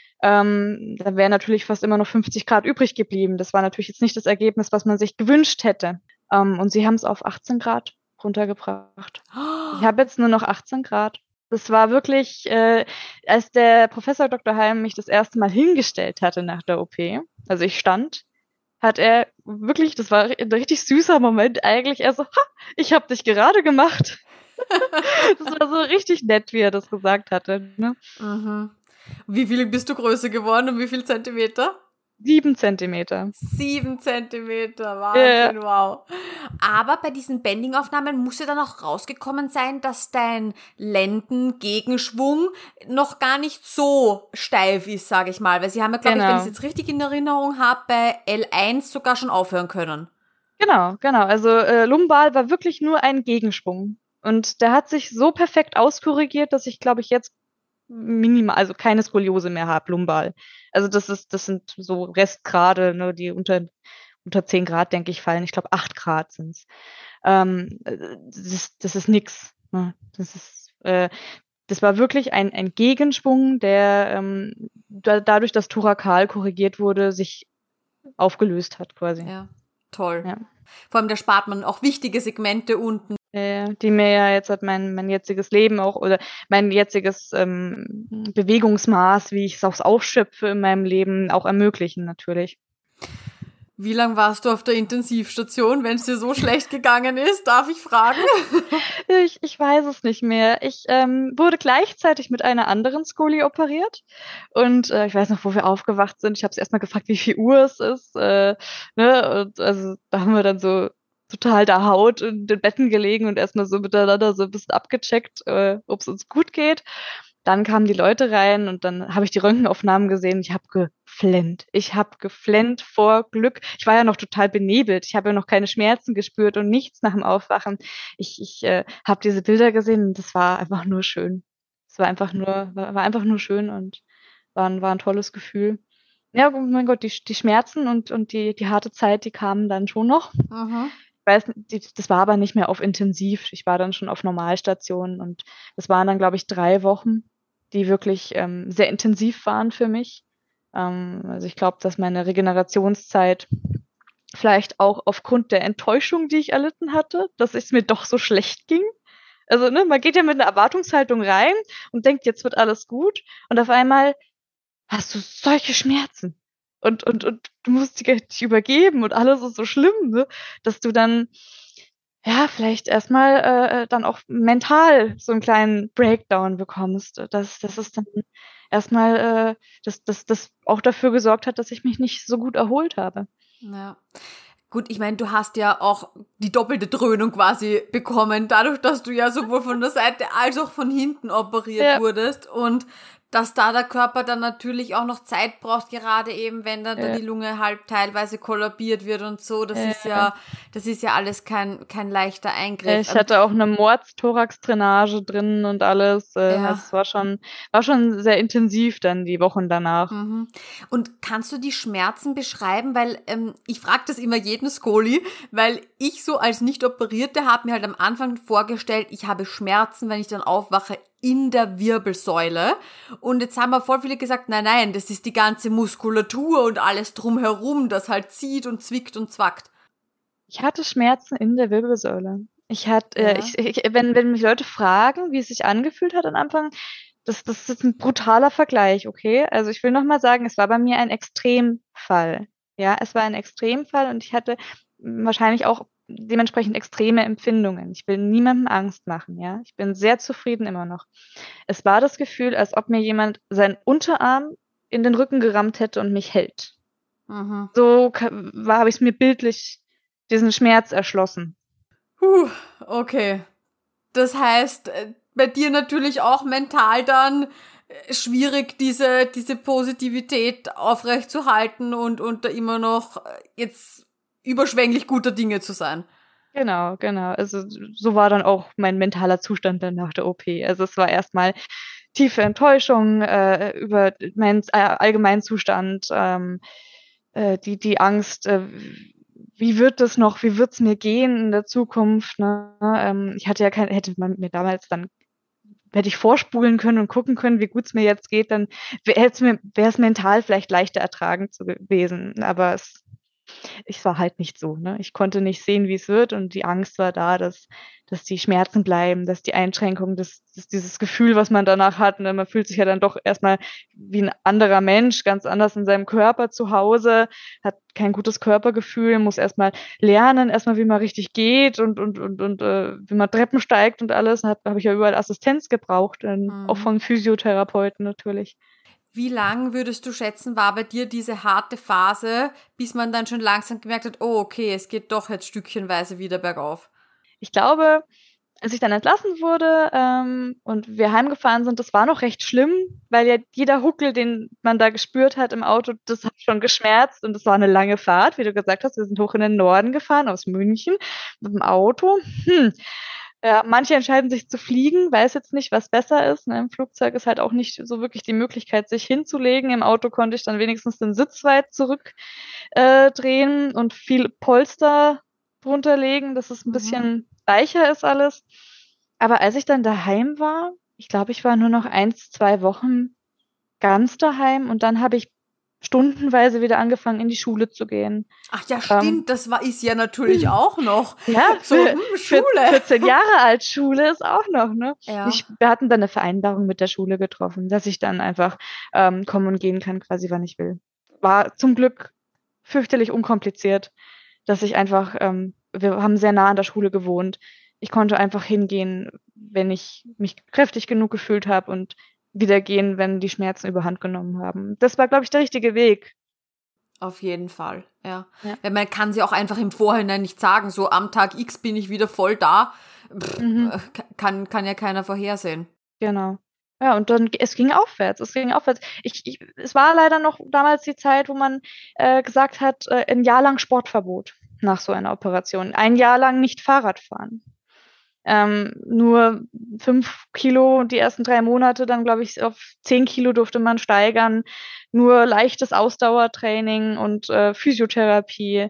Ähm, da wäre natürlich fast immer noch fünfzig Grad übrig geblieben. Das war natürlich jetzt nicht das Ergebnis, was man sich gewünscht hätte. Ähm, und sie haben es auf achtzehn Grad runtergebracht. Ich habe jetzt nur noch achtzehn Grad. Das war wirklich, äh, als der Professor Doktor Heim mich das erste Mal hingestellt hatte nach der O P, also ich stand, hat er wirklich, das war ein richtig süßer Moment eigentlich, er so, ha, ich habe dich gerade gemacht. Das war so richtig nett, wie er das gesagt hatte. Ne? Mhm. Wie viel bist du größer geworden und wie viel Zentimeter? Sieben Zentimeter. Sieben Zentimeter, Ja. Wahnsinn, wow. Aber bei diesen Bending-Aufnahmen muss ja dann auch rausgekommen sein, dass dein Lendengegenschwung noch gar nicht so steif ist, sage ich mal. Weil sie haben ja, glaube ich, wenn ich es Genau. jetzt richtig in Erinnerung habe, bei L eins sogar schon aufhören können. Genau, genau. Also äh, Lumbal war wirklich nur ein Gegenschwung. Und der hat sich so perfekt auskorrigiert, dass ich, glaube ich, jetzt minimal, also keine Skoliose mehr habe, lumbal. Also das ist, das sind so Restgrade, ne, die unter, unter zehn Grad, denke ich, fallen. Ich glaube, acht Grad sind's. Ähm, äh, das ist, das ist nix. Ne? Das ist, äh, das war wirklich ein, ein Gegenschwung, der ähm, da, dadurch, dass Thorakal korrigiert wurde, sich aufgelöst hat quasi. Ja, toll. Ja. Vor allem, da spart man auch wichtige Segmente unten. Äh, die mir ja jetzt halt mein, mein jetziges Leben auch oder mein jetziges ähm, Bewegungsmaß, wie ich es auch aufschöpfe in meinem Leben, auch ermöglichen natürlich. Wie lange warst du auf der Intensivstation, wenn es dir so schlecht gegangen ist? Darf ich fragen? Ich, ich weiß es nicht mehr. Ich ähm, wurde gleichzeitig mit einer anderen Skoli operiert und äh, ich weiß noch, wo wir aufgewacht sind. Ich habe es erstmal gefragt, wie viel Uhr es ist. Äh, ne? Und also da haben wir dann so total da Haut in den Betten gelegen und erstmal so miteinander so ein bisschen abgecheckt, äh, ob es uns gut geht. Dann kamen die Leute rein und dann habe ich die Röntgenaufnahmen gesehen. Ich habe geflennt. Ich habe geflennt vor Glück. Ich war ja noch total benebelt. Ich habe ja noch keine Schmerzen gespürt und nichts nach dem Aufwachen. Ich, ich äh, habe diese Bilder gesehen und das war einfach nur schön. Es war einfach nur, war, war einfach nur schön und war, ein- war ein tolles Gefühl. Ja, oh mein Gott, die, die Schmerzen und, und die, die harte Zeit, die kamen dann schon noch. Mhm. Ich weiß, nicht, die, das war aber nicht mehr auf Intensiv. Ich war dann schon auf Normalstationen und das waren dann, glaube ich, drei Wochen, die wirklich ähm, sehr intensiv waren für mich. Ähm, also ich glaube, dass meine Regenerationszeit vielleicht auch aufgrund der Enttäuschung, die ich erlitten hatte, dass es mir doch so schlecht ging. Also, ne, man geht ja mit einer Erwartungshaltung rein und denkt, jetzt wird alles gut. Und auf einmal hast du solche Schmerzen. Und, und, und du musst dich dich übergeben und alles ist so schlimm, ne? Dass du dann, ja, vielleicht erstmal äh, äh, dann auch mental so einen kleinen Breakdown bekommst. Dass, dass es dann erstmal, äh, dass, dass das auch dafür gesorgt hat, dass ich mich nicht so gut erholt habe. Ja. Gut, ich meine, du hast ja auch die doppelte Dröhnung quasi bekommen, dadurch, dass du ja sowohl von der Seite als auch von hinten operiert Ja. wurdest und dass da der Körper dann natürlich auch noch Zeit braucht, gerade eben, wenn dann da Ja. die Lunge halb teilweise kollabiert wird und so. Das Ja. ist ja, das ist ja alles kein, kein leichter Eingriff. Ich hatte auch eine Mordsthorax-Drainage drin und alles. Äh, Ja. also es war schon, war schon sehr intensiv dann die Wochen danach. Mhm. Und kannst du die Schmerzen beschreiben? Weil ähm, ich frage das immer jeden Skoli, weil ich so als Nicht-Operierte habe mir halt am Anfang vorgestellt, ich habe Schmerzen, wenn ich dann aufwache in der Wirbelsäule. Und jetzt haben wir voll viele gesagt, nein, nein, das ist die ganze Muskulatur und alles drumherum, das halt zieht und zwickt und zwackt. Ich hatte Schmerzen in der Wirbelsäule. Ich hatte, Ja. äh, ich, ich, wenn, wenn mich Leute fragen, wie es sich angefühlt hat am Anfang, das, das ist ein brutaler Vergleich, okay? Also ich will nochmal sagen, es war bei mir ein Extremfall. Ja, es war ein Extremfall und ich hatte mm, wahrscheinlich auch dementsprechend extreme Empfindungen. Ich will niemandem Angst machen, ja? Ich bin sehr zufrieden immer noch. Es war das Gefühl, als ob mir jemand seinen Unterarm in den Rücken gerammt hätte und mich hält. Mhm. So ka- war, habe ich es mir bildlich diesen Schmerz erschlossen. Puh, okay. Das heißt, äh, bei dir natürlich auch mental dann äh, schwierig, diese, diese Positivität aufrechtzuerhalten und, und da immer noch äh, jetzt überschwänglich guter Dinge zu sein. Genau, genau. Also so war dann auch mein mentaler Zustand dann nach der O P. Also es war erstmal tiefe Enttäuschung äh, über meinen äh, allgemeinen Zustand, ähm, äh, die, die Angst, äh, wie wird das noch, wie wird's mir gehen in der Zukunft, ne? Ähm, ich hatte ja kein, hätte man mir damals dann, hätte ich vorspulen können und gucken können, wie gut's mir jetzt geht, dann wäre es mir, wäre es mental vielleicht leichter ertragen zu gewesen. Aber es ich war halt nicht so, ne? Ich konnte nicht sehen, wie es wird und die Angst war da, dass, dass die Schmerzen bleiben, dass die Einschränkungen, dass, dass dieses Gefühl, was man danach hat, ne? Man fühlt sich ja dann doch erstmal wie ein anderer Mensch, ganz anders in seinem Körper zu Hause, hat kein gutes Körpergefühl, muss erstmal lernen, erstmal wie man richtig geht und, und, und, und äh, wie man Treppen steigt und alles. Da habe ich ja überall Assistenz gebraucht, ähm, auch Mhm. von Physiotherapeuten natürlich. Wie lang würdest du schätzen, war bei dir diese harte Phase, bis man dann schon langsam gemerkt hat, oh okay, es geht doch jetzt stückchenweise wieder bergauf? Ich glaube, als ich dann entlassen wurde ähm, und wir heimgefahren sind, das war noch recht schlimm, weil ja jeder Huckel, den man da gespürt hat im Auto, das hat schon geschmerzt und es war eine lange Fahrt, wie du gesagt hast. Wir sind hoch in den Norden gefahren aus München mit dem Auto. Hm. Ja, manche entscheiden sich zu fliegen, weiß jetzt nicht, was besser ist. Ne? Im Flugzeug ist halt auch nicht so wirklich die Möglichkeit, sich hinzulegen. Im Auto konnte ich dann wenigstens den Sitz weit zurückdrehen äh, drehen und viel Polster drunter legen, dass es ein Mhm. bisschen weicher ist alles. Aber als ich dann daheim war, ich glaube, ich war nur noch eins, zwei Wochen ganz daheim und dann habe ich stundenweise wieder angefangen, in die Schule zu gehen. Ach ja, Ähm, stimmt, das war ist ja natürlich auch noch. Ja, So, für, hm, für Schule. vierzehn Jahre alt Schule ist auch noch, ne? Ja. Ich, wir hatten dann eine Vereinbarung mit der Schule getroffen, dass ich dann einfach ähm, kommen und gehen kann, quasi wann ich will. War zum Glück fürchterlich unkompliziert, dass ich einfach, ähm, wir haben sehr nah an der Schule gewohnt. Ich konnte einfach hingehen, wenn ich mich kräftig genug gefühlt habe und wieder gehen, wenn die Schmerzen überhand genommen haben. Das war, glaube ich, der richtige Weg. Auf jeden Fall, ja. Ja. Weil man kann sie auch einfach im Vorhinein nicht sagen, so am Tag X bin ich wieder voll da. Pff, Mhm. äh, kann, kann ja keiner vorhersehen. Genau. Ja, und dann, es ging aufwärts, es ging aufwärts. Ich, ich, es war leider noch damals die Zeit, wo man äh, gesagt hat, äh, ein Jahr lang Sportverbot nach so einer Operation. Ein Jahr lang nicht Fahrrad fahren. Ähm, nur fünf Kilo die ersten drei Monate, dann glaube ich auf zehn Kilo durfte man steigern. Nur leichtes Ausdauertraining und äh, Physiotherapie.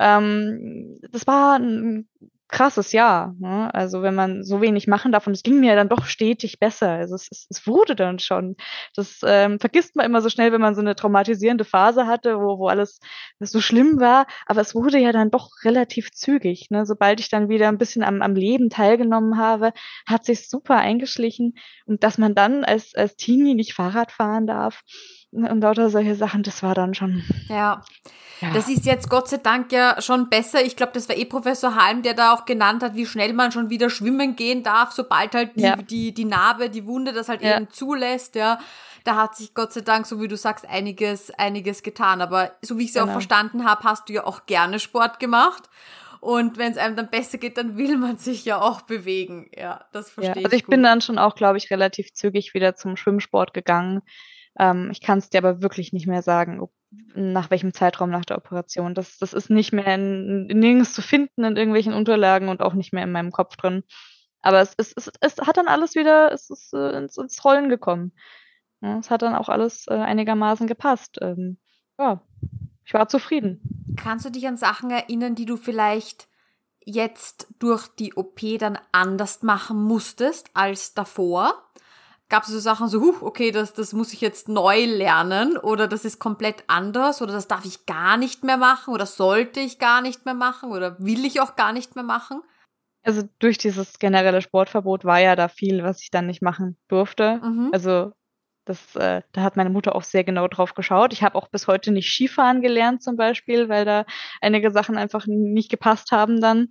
Ähm, das war ein krasses Jahr. Ne? Also wenn man so wenig machen darf und es ging mir dann doch stetig besser. Also es, es, es wurde dann schon. Das ähm, vergisst man immer so schnell, wenn man so eine traumatisierende Phase hatte, wo, wo alles so schlimm war. Aber es wurde ja dann doch relativ zügig. Ne? Sobald ich dann wieder ein bisschen am, am Leben teilgenommen habe, hat sich super eingeschlichen. Und dass man dann als, als Teenie nicht Fahrrad fahren darf und lauter solche Sachen, das war dann schon. Ja. Ja. Das ist jetzt Gott sei Dank ja schon besser. Ich glaube, das war eh Professor Halm, der da auch genannt hat, wie schnell man schon wieder schwimmen gehen darf, sobald halt die, Ja. die, die Narbe, die Wunde das halt Ja. eben zulässt, ja. Da hat sich Gott sei Dank, so wie du sagst, einiges, einiges getan. Aber so wie ich es ja auch Genau. verstanden habe, hast du ja auch gerne Sport gemacht. Und wenn es einem dann besser geht, dann will man sich ja auch bewegen. Ja, das Ja, verstehe also ich ich bin gut. dann schon auch, glaube ich, relativ zügig wieder zum Schwimmsport gegangen. Ähm, ich kann es dir aber wirklich nicht mehr sagen, ob, nach welchem Zeitraum nach der Operation. Das, das ist nicht mehr in, in nirgends zu finden in irgendwelchen Unterlagen und auch nicht mehr in meinem Kopf drin. Aber es, es, es, es hat dann alles wieder, es ist äh, ins, ins Rollen gekommen. Ja, es hat dann auch alles äh, einigermaßen gepasst. Ähm, ja, ich war zufrieden. Kannst du dich an Sachen erinnern, die du vielleicht jetzt durch die O P dann anders machen musstest als davor? Gab es so Sachen so, huh, okay, das, das muss ich jetzt neu lernen oder das ist komplett anders oder das darf ich gar nicht mehr machen oder sollte ich gar nicht mehr machen oder will ich auch gar nicht mehr machen? Also durch dieses generelle Sportverbot war ja da viel, was ich dann nicht machen durfte. Mhm. Also das, äh, da hat meine Mutter auch sehr genau drauf geschaut. Ich habe auch bis heute nicht Skifahren gelernt zum Beispiel, weil da einige Sachen einfach nicht gepasst haben dann.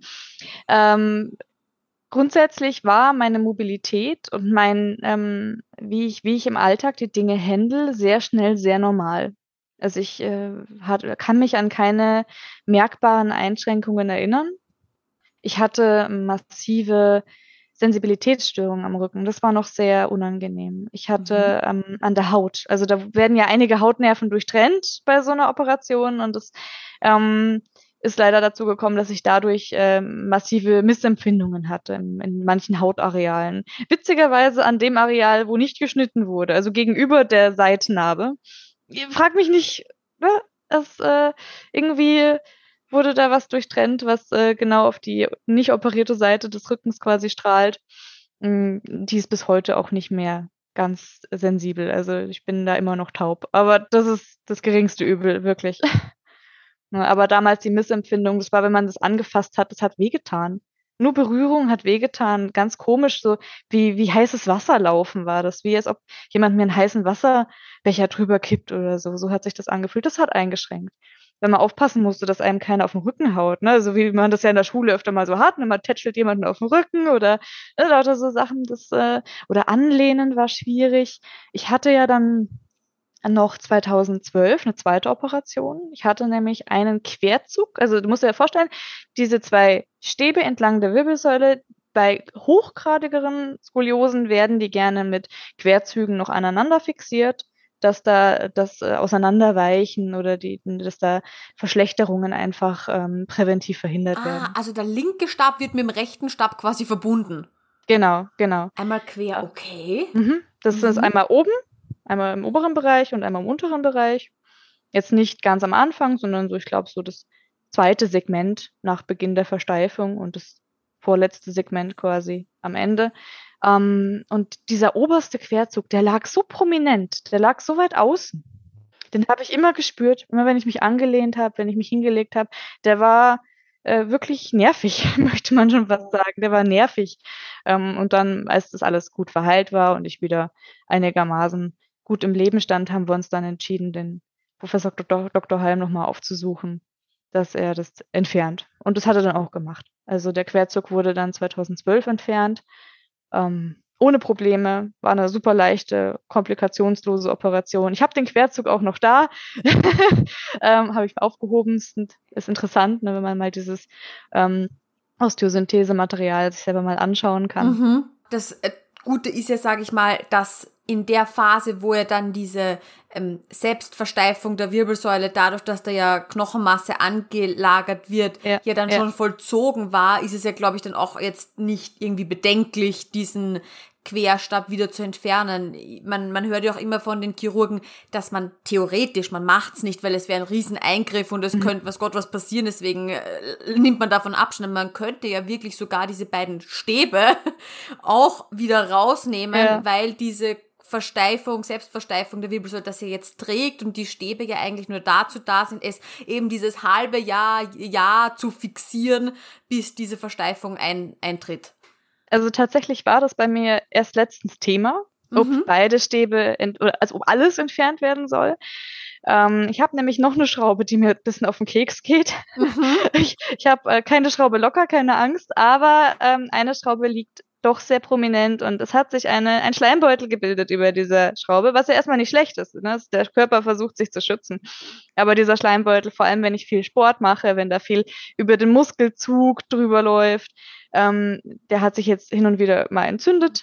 Ähm, grundsätzlich war meine Mobilität und mein, ähm, wie ich, wie ich im Alltag die Dinge handle, sehr schnell sehr normal. Also ich äh, hat, kann mich an keine merkbaren Einschränkungen erinnern. Ich hatte massive Sensibilitätsstörungen am Rücken. Das war noch sehr unangenehm. Ich hatte Mhm. ähm, an der Haut, also da werden ja einige Hautnerven durchtrennt bei so einer Operation und das ähm, ist leider dazu gekommen, dass ich dadurch ähm, massive Missempfindungen hatte in, in manchen Hautarealen. Witzigerweise an dem Areal, wo nicht geschnitten wurde, also gegenüber der Seitennarbe. Frag mich nicht, ne? Es äh, irgendwie wurde da was durchtrennt, was äh, genau auf die nicht operierte Seite des Rückens quasi strahlt. Mm, Die ist bis heute auch nicht mehr ganz sensibel. Also ich bin da immer noch taub. Aber das ist das geringste Übel, wirklich. Ne, aber damals die Missempfindung, das war, wenn man das angefasst hat, das hat wehgetan. Nur Berührung hat wehgetan. Ganz komisch, so wie, wie heißes Wasser laufen war das. Wie als ob jemand mir einen heißen Wasserbecher drüber kippt oder so. So hat sich das angefühlt. Das hat eingeschränkt. Wenn man aufpassen musste, dass einem keiner auf den Rücken haut, ne? So wie man das ja in der Schule öfter mal so hat, ne? Man tätschelt jemanden auf den Rücken oder ne, lauter so Sachen, das, äh, oder anlehnen war schwierig. Ich hatte ja dann noch zweitausendzwölf eine zweite Operation. Ich hatte nämlich einen Querzug. Also du musst dir ja vorstellen, diese zwei Stäbe entlang der Wirbelsäule, bei hochgradigeren Skoliosen werden die gerne mit Querzügen noch aneinander fixiert, dass da das äh, Auseinanderweichen oder die, dass da Verschlechterungen einfach ähm, präventiv verhindert Ah, werden. also der linke Stab wird mit dem rechten Stab quasi verbunden. Genau, genau. Einmal quer, okay. Mhm. Das ist Mhm. einmal oben, einmal im oberen Bereich und einmal im unteren Bereich. Jetzt nicht ganz am Anfang, sondern so, ich glaube, so das zweite Segment nach Beginn der Versteifung und das vorletzte Segment quasi am Ende. Ähm, und dieser oberste Querzug, der lag so prominent, der lag so weit außen. Den habe ich immer gespürt, immer wenn ich mich angelehnt habe, wenn ich mich hingelegt habe. Der war äh, wirklich nervig, möchte man schon fast sagen. Der war nervig. Ähm, und dann, als das alles gut verheilt war und ich wieder einigermaßen gut im Leben stand, haben wir uns dann entschieden, den Professor Doktor Doktor Halm nochmal aufzusuchen, dass er das entfernt. Und das hat er dann auch gemacht. Also der Querzug wurde dann zweitausendzwölf entfernt. Ähm, ohne Probleme, war eine super leichte, komplikationslose Operation. Ich habe den Querzug auch noch da, ähm, habe ich aufgehoben. Ist, ist interessant, ne, wenn man mal dieses ähm, Osteosynthese-Material sich selber mal anschauen kann. Mhm. Das äh, Gute ist ja, sage ich mal, dass in der Phase, wo ja dann diese ähm, Selbstversteifung der Wirbelsäule, dadurch, dass da ja Knochenmasse angelagert wird, Ja, ja dann ja. schon vollzogen war, ist es ja, glaube ich, dann auch jetzt nicht irgendwie bedenklich, diesen Querstab wieder zu entfernen. Man, man hört ja auch immer von den Chirurgen, dass man theoretisch, man macht's nicht, weil es wäre ein Rieseneingriff und es Mhm. könnte, was Gott, was passieren, deswegen äh, nimmt man davon Abstand. Man könnte ja wirklich sogar diese beiden Stäbe auch wieder rausnehmen, Ja. weil diese Versteifung, Selbstversteifung der Wirbelsäule, das er jetzt trägt und die Stäbe ja eigentlich nur dazu da sind, es eben dieses halbe Jahr, Jahr zu fixieren, bis diese Versteifung ein, eintritt. Also tatsächlich war das bei mir erst letztens Thema, ob Mhm. beide Stäbe, ent oder, also ob alles entfernt werden soll. Ähm, ich habe nämlich noch eine Schraube, die mir ein bisschen auf den Keks geht. Mhm. Ich, ich habe äh, keine Schraube locker, keine Angst, aber ähm, eine Schraube liegt doch sehr prominent und es hat sich eine, ein Schleimbeutel gebildet über dieser Schraube, was ja erstmal nicht schlecht ist. Ne? Der Körper versucht sich zu schützen. Aber dieser Schleimbeutel, vor allem wenn ich viel Sport mache, wenn da viel über den Muskelzug drüber läuft, ähm, der hat sich jetzt hin und wieder mal entzündet,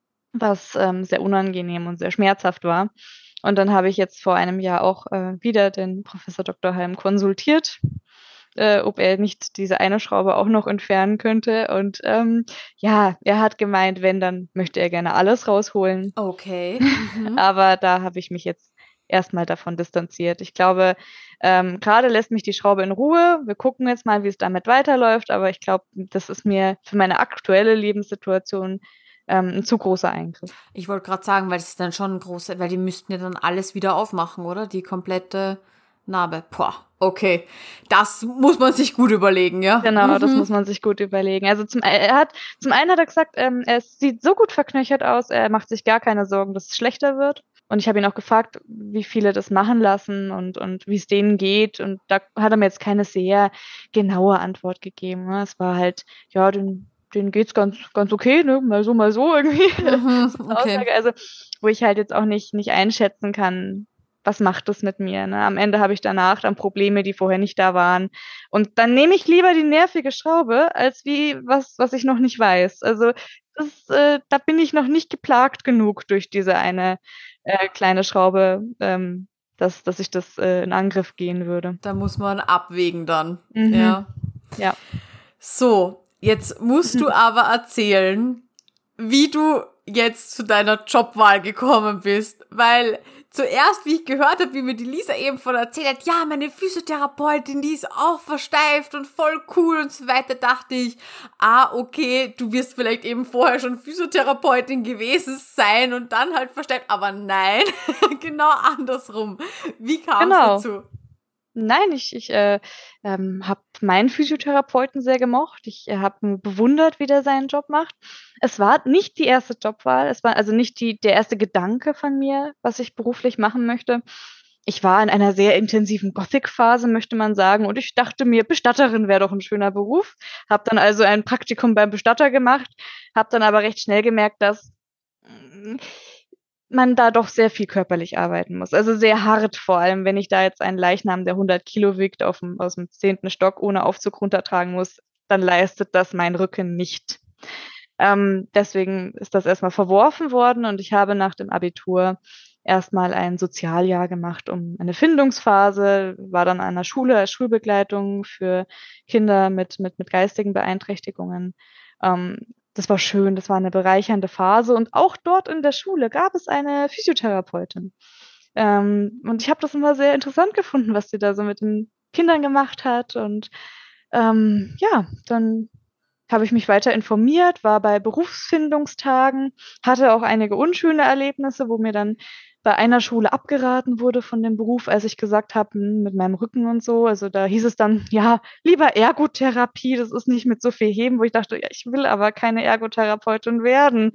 was ähm, sehr unangenehm und sehr schmerzhaft war. Und dann habe ich jetzt vor einem Jahr auch äh, wieder den Professor Doktor Halm konsultiert, äh, ob er nicht diese eine Schraube auch noch entfernen könnte. Und ähm, ja, er hat gemeint, wenn, dann möchte er gerne alles rausholen. Okay. Mhm. Aber da habe ich mich jetzt erstmal davon distanziert. Ich glaube, ähm, gerade lässt mich die Schraube in Ruhe. Wir gucken jetzt mal, wie es damit weiterläuft. Aber ich glaube, das ist mir für meine aktuelle Lebenssituation ähm, ein zu großer Eingriff. Ich wollte gerade sagen, weil es ist dann schon ein großer, weil die müssten ja dann alles wieder aufmachen, oder? Die komplette Narbe. Boah, okay. Das muss man sich gut überlegen, ja? Genau, mhm. das muss man sich gut überlegen. Also zum, er hat, zum einen hat er gesagt, ähm, er sieht so gut verknöchert aus, er macht sich gar keine Sorgen, dass es schlechter wird. Und ich habe ihn auch gefragt, wie viele das machen lassen und, und wie es denen geht. Und da hat er mir jetzt keine sehr genaue Antwort gegeben. Ne? Es war halt, ja, den, denen geht's ganz, ganz okay, ne? Mal so, mal so irgendwie. Mhm, So eine okay. Aussage. Also, wo ich halt jetzt auch nicht, nicht einschätzen kann, was macht das mit mir? Ne? Am Ende habe ich danach dann Probleme, die vorher nicht da waren. Und dann nehme ich lieber die nervige Schraube, als wie was, was ich noch nicht weiß. Also das, äh, da bin ich noch nicht geplagt genug durch diese eine äh, kleine Schraube, ähm, dass, dass ich das äh, in Angriff gehen würde. Da muss man abwägen dann. Mhm. Ja. Ja. So, jetzt musst du aber erzählen, wie du jetzt zu deiner Jobwahl gekommen bist, weil zuerst, wie ich gehört habe, wie mir die Lisa eben von erzählt hat, ja, meine Physiotherapeutin, die ist auch versteift und voll cool und so weiter, dachte ich, ah, okay, du wirst vielleicht eben vorher schon Physiotherapeutin gewesen sein und dann halt versteift, aber nein, genau andersrum. Wie kam es Genau. dazu? Nein, ich, ich äh, ähm, habe meinen Physiotherapeuten sehr gemocht. Ich äh, habe bewundert, wie der seinen Job macht. Es war nicht die erste Jobwahl, es war also nicht die, der erste Gedanke von mir, was ich beruflich machen möchte. Ich war in einer sehr intensiven Gothic-Phase, möchte man sagen, und ich dachte mir, Bestatterin wäre doch ein schöner Beruf. Habe dann also ein Praktikum beim Bestatter gemacht, habe dann aber recht schnell gemerkt, dass man da doch sehr viel körperlich arbeiten muss. Also sehr hart, vor allem, wenn ich da jetzt einen Leichnam, der hundert Kilo wiegt, auf dem, aus dem zehnten Stock ohne Aufzug runtertragen muss, dann leistet das mein Rücken nicht. Ähm, deswegen ist das erstmal verworfen worden und ich habe nach dem Abitur erstmal ein Sozialjahr gemacht, um eine Findungsphase, war dann an einer Schule als Schulbegleitung für Kinder mit, mit, mit geistigen Beeinträchtigungen. Ähm, das war schön, das war eine bereichernde Phase und auch dort in der Schule gab es eine Physiotherapeutin. Ähm, und ich habe das immer sehr interessant gefunden, was sie da so mit den Kindern gemacht hat und ähm, ja, dann habe ich mich weiter informiert, war bei Berufsfindungstagen, hatte auch einige unschöne Erlebnisse, wo mir dann bei einer Schule abgeraten wurde von dem Beruf, als ich gesagt habe, hm, mit meinem Rücken und so. Also da hieß es dann, ja, lieber Ergotherapie, das ist nicht mit so viel Heben, wo ich dachte, ja, ich will aber keine Ergotherapeutin werden.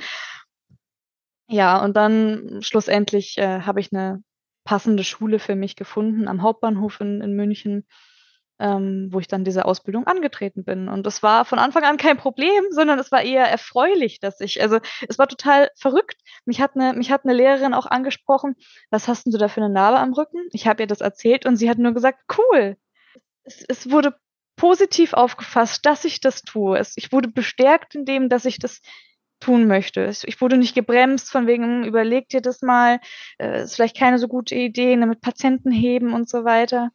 Ja, und dann schlussendlich äh, habe ich eine passende Schule für mich gefunden am Hauptbahnhof in, in München, ähm, wo ich dann diese Ausbildung angetreten bin. Und das war von Anfang an kein Problem, sondern es war eher erfreulich, dass ich, also es war total verrückt. Mich hat eine, mich hat eine Lehrerin auch angesprochen, was hast denn du da für eine Narbe am Rücken? Ich habe ihr das erzählt und sie hat nur gesagt, cool. Es, es wurde positiv aufgefasst, dass ich das tue. Es, ich wurde bestärkt in dem, dass ich das tun möchte. Es, ich wurde nicht gebremst von wegen, hm, überleg dir das mal, äh, ist vielleicht keine so gute Idee, ne, mit Patienten heben und so weiter.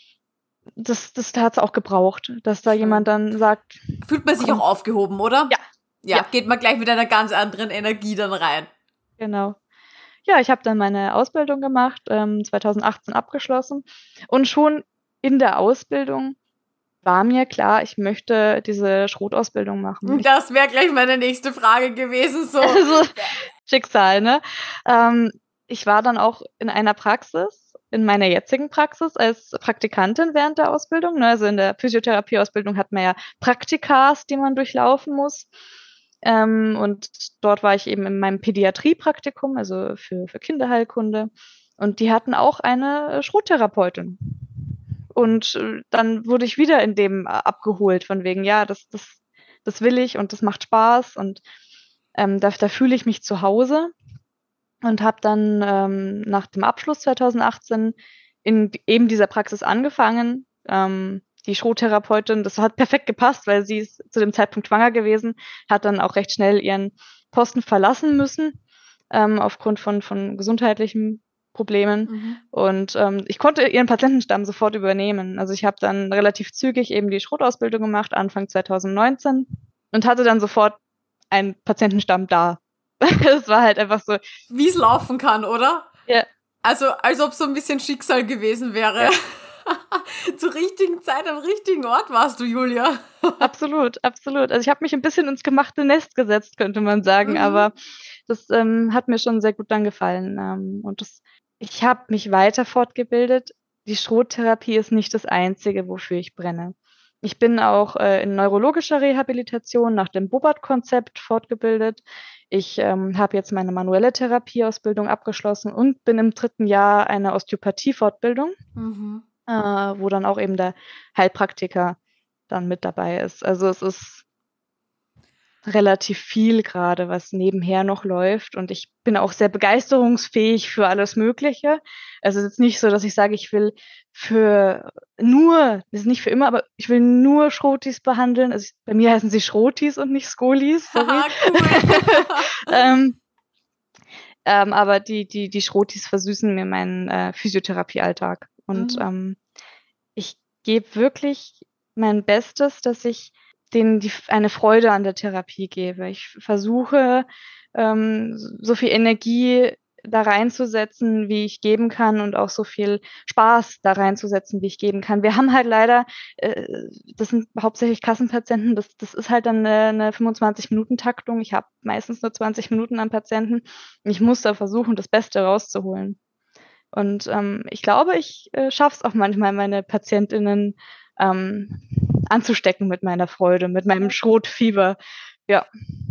Das, das hat es auch gebraucht, dass da Schön. jemand dann sagt. Fühlt man sich komm. auch aufgehoben, oder? Ja. ja. Ja, geht man gleich mit einer ganz anderen Energie dann rein. Genau. Ja, ich habe dann meine Ausbildung gemacht, ähm, zweitausendachtzehn abgeschlossen und schon in der Ausbildung war mir klar, ich möchte diese Schrotausbildung machen. Das wäre gleich meine nächste Frage gewesen. So. Also, Schicksal, ne? Ähm, ich war dann auch in einer Praxis, in meiner jetzigen Praxis als Praktikantin während der Ausbildung. Ne? Also in der Physiotherapieausbildung hat man ja Praktikas, die man durchlaufen muss. Ähm, und dort war ich eben in meinem Pädiatrie-Praktikum, also für, für Kinderheilkunde. Und die hatten auch eine Schrottherapeutin. Und äh, dann wurde ich wieder in dem äh, abgeholt, von wegen, ja, das, das, das will ich und das macht Spaß und ähm, da, da fühle ich mich zu Hause und habe dann ähm, nach dem Abschluss zweitausendachtzehn in eben dieser Praxis angefangen. Ähm, die Schrottherapeutin, das hat perfekt gepasst, weil sie ist zu dem Zeitpunkt schwanger gewesen, hat dann auch recht schnell ihren Posten verlassen müssen, ähm, aufgrund von, von gesundheitlichen Problemen. Mhm. Und ähm, ich konnte ihren Patientenstamm sofort übernehmen. Also ich habe dann relativ zügig eben die Schrotausbildung gemacht, Anfang zweitausendneunzehn, und hatte dann sofort einen Patientenstamm da. Es war halt einfach so. Wie es laufen kann, oder? Ja. Also, als ob so ein bisschen Schicksal gewesen wäre. Ja. Zur richtigen Zeit am richtigen Ort warst du, Julia. Absolut, absolut. Also ich habe mich ein bisschen ins gemachte Nest gesetzt, könnte man sagen, mhm. aber das ähm, hat mir schon sehr gut dann gefallen. Ähm, und das, ich habe mich weiter fortgebildet. Die Schrottherapie ist nicht das Einzige, wofür ich brenne. Ich bin auch äh, in neurologischer Rehabilitation nach dem Bobbert-Konzept fortgebildet. Ich ähm, habe jetzt meine manuelle Therapieausbildung abgeschlossen und bin im dritten Jahr einer Osteopathie-Fortbildung, mhm. äh, wo dann auch eben der Heilpraktiker dann mit dabei ist. Also es ist relativ viel gerade, was nebenher noch läuft, und ich bin auch sehr begeisterungsfähig für alles Mögliche. Also es ist nicht so, dass ich sage, ich will für nur, das ist nicht für immer, aber ich will nur Schrotis behandeln. Also ich, bei mir heißen sie Schrotis und nicht Skolis. Sorry. ähm, ähm, aber die, die, die Schrotis versüßen mir meinen äh, Physiotherapiealltag. Und mhm. ähm, ich gebe wirklich mein Bestes, dass ich denen die, eine Freude an der Therapie gebe. Ich versuche, ähm, so viel Energie da reinzusetzen, wie ich geben kann, und auch so viel Spaß da reinzusetzen, wie ich geben kann. Wir haben halt leider, äh, das sind hauptsächlich Kassenpatienten, das, das ist halt dann eine, eine fünfundzwanzig-Minuten-Taktung. Ich habe meistens nur zwanzig Minuten am Patienten. Ich muss da versuchen, das Beste rauszuholen. Und ähm, ich glaube, ich äh, schaffe es auch manchmal, meine PatientInnen ähm, anzustecken mit meiner Freude, mit meinem Schrotfieber. Ja.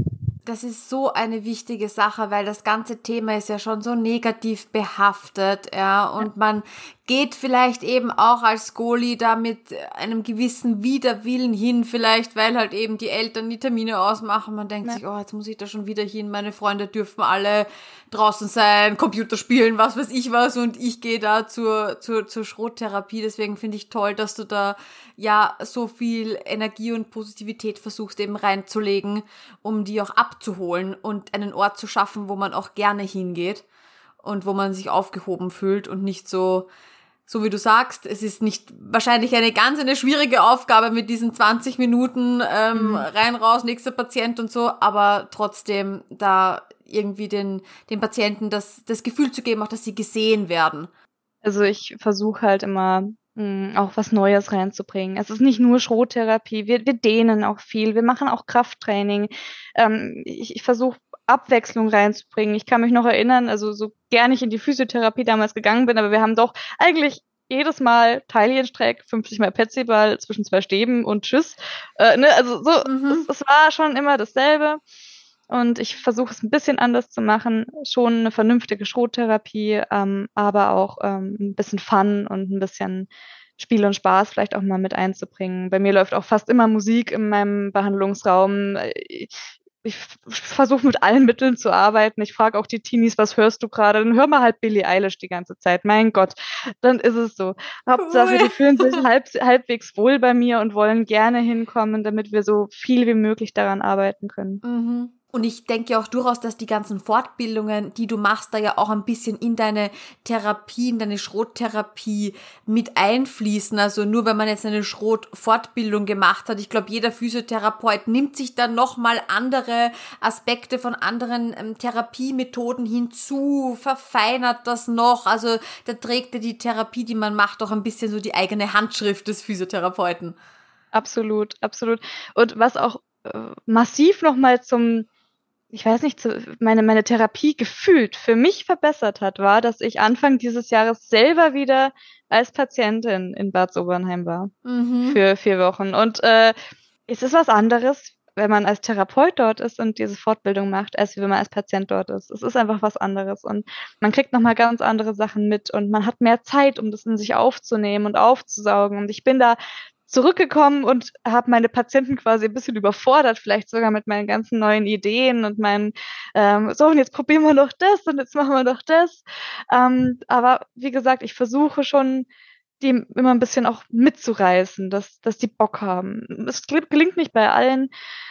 Das ist so eine wichtige Sache, weil das ganze Thema ist ja schon so negativ behaftet, ja, und ja. man geht vielleicht eben auch als Goalie da mit einem gewissen Widerwillen hin, vielleicht, weil halt eben die Eltern die Termine ausmachen. Man denkt ja. sich, oh, jetzt muss ich da schon wieder hin, meine Freunde dürfen alle draußen sein, Computer spielen, was weiß ich was, und ich gehe da zur, zur, zur Schrottherapie. Deswegen finde ich toll, dass du da ja so viel Energie und Positivität versuchst eben reinzulegen, um die auch abzuholen und einen Ort zu schaffen, wo man auch gerne hingeht und wo man sich aufgehoben fühlt und nicht so, so wie du sagst, es ist nicht wahrscheinlich eine ganz eine schwierige Aufgabe mit diesen zwanzig Minuten ähm, mhm. rein, raus, nächster Patient und so, aber trotzdem da irgendwie den, den Patienten das, das Gefühl zu geben, auch dass sie gesehen werden. Also ich versuche halt immer mh, auch was Neues reinzubringen. Es ist nicht nur Schrottherapie, wir, wir dehnen auch viel, wir machen auch Krafttraining. Ähm, ich ich versuche Abwechslung reinzubringen. Ich kann mich noch erinnern, also so gerne ich in die Physiotherapie damals gegangen bin, aber wir haben doch eigentlich jedes Mal Taillenstreck, fünfzig Mal Petsyball zwischen zwei Stäben und Tschüss. Äh, ne? Also so, mhm. es, es war schon immer dasselbe. Und ich versuche es ein bisschen anders zu machen, schon eine vernünftige Schrottherapie, ähm, aber auch ähm, ein bisschen Fun und ein bisschen Spiel und Spaß vielleicht auch mal mit einzubringen. Bei mir läuft auch fast immer Musik in meinem Behandlungsraum. Ich, ich versuche mit allen Mitteln zu arbeiten. Ich frage auch die Teenies, was hörst du gerade? Dann hör mal halt Billie Eilish die ganze Zeit. Mein Gott, dann ist es so. Hauptsache, cool. Die fühlen sich halb, halbwegs wohl bei mir und wollen gerne hinkommen, damit wir so viel wie möglich daran arbeiten können. Mhm. Und ich denke auch durchaus, dass die ganzen Fortbildungen, die du machst, da ja auch ein bisschen in deine Therapie, in deine Schrottherapie mit einfließen. Also nur wenn man jetzt eine Schrottfortbildung gemacht hat, ich glaube, jeder Physiotherapeut nimmt sich dann nochmal andere Aspekte von anderen ähm, Therapiemethoden hinzu, verfeinert das noch. Also da trägt ja die Therapie, die man macht, auch ein bisschen so die eigene Handschrift des Physiotherapeuten. Absolut, absolut. Und was auch äh, massiv nochmal zum ich weiß nicht, meine, meine Therapie gefühlt für mich verbessert hat, war, dass ich Anfang dieses Jahres selber wieder als Patientin in Bad Sobernheim war. Mhm. Für vier Wochen. Und äh, es ist was anderes, wenn man als Therapeut dort ist und diese Fortbildung macht, als wenn man als Patient dort ist. Es ist einfach was anderes. Und man kriegt nochmal ganz andere Sachen mit und man hat mehr Zeit, um das in sich aufzunehmen und aufzusaugen. Und ich bin da zurückgekommen und habe meine Patienten quasi ein bisschen überfordert, vielleicht sogar mit meinen ganzen neuen Ideen und meinen, ähm, so, und jetzt probieren wir noch das und jetzt machen wir noch das. Ähm, aber wie gesagt, ich versuche schon, die immer ein bisschen auch mitzureißen, dass, dass die Bock haben. Es gelingt nicht bei allen,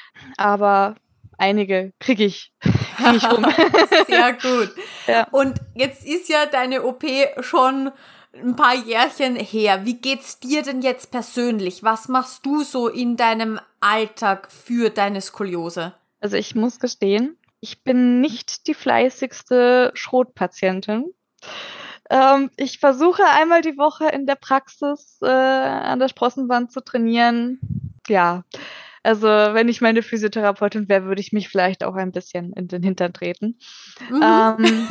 aber einige kriege ich, krieg ich rum. Sehr gut. Ja. Und jetzt ist ja deine O P schon ein paar Jährchen her. Wie geht's dir denn jetzt persönlich? Was machst du so in deinem Alltag für deine Skoliose? Also ich muss gestehen, ich bin nicht die fleißigste Schrotpatientin. Ähm, ich versuche einmal die Woche in der Praxis äh, an der Sprossenwand zu trainieren. Ja, also wenn ich meine Physiotherapeutin wäre, würde ich mich vielleicht auch ein bisschen in den Hintern treten. Mhm. Ähm,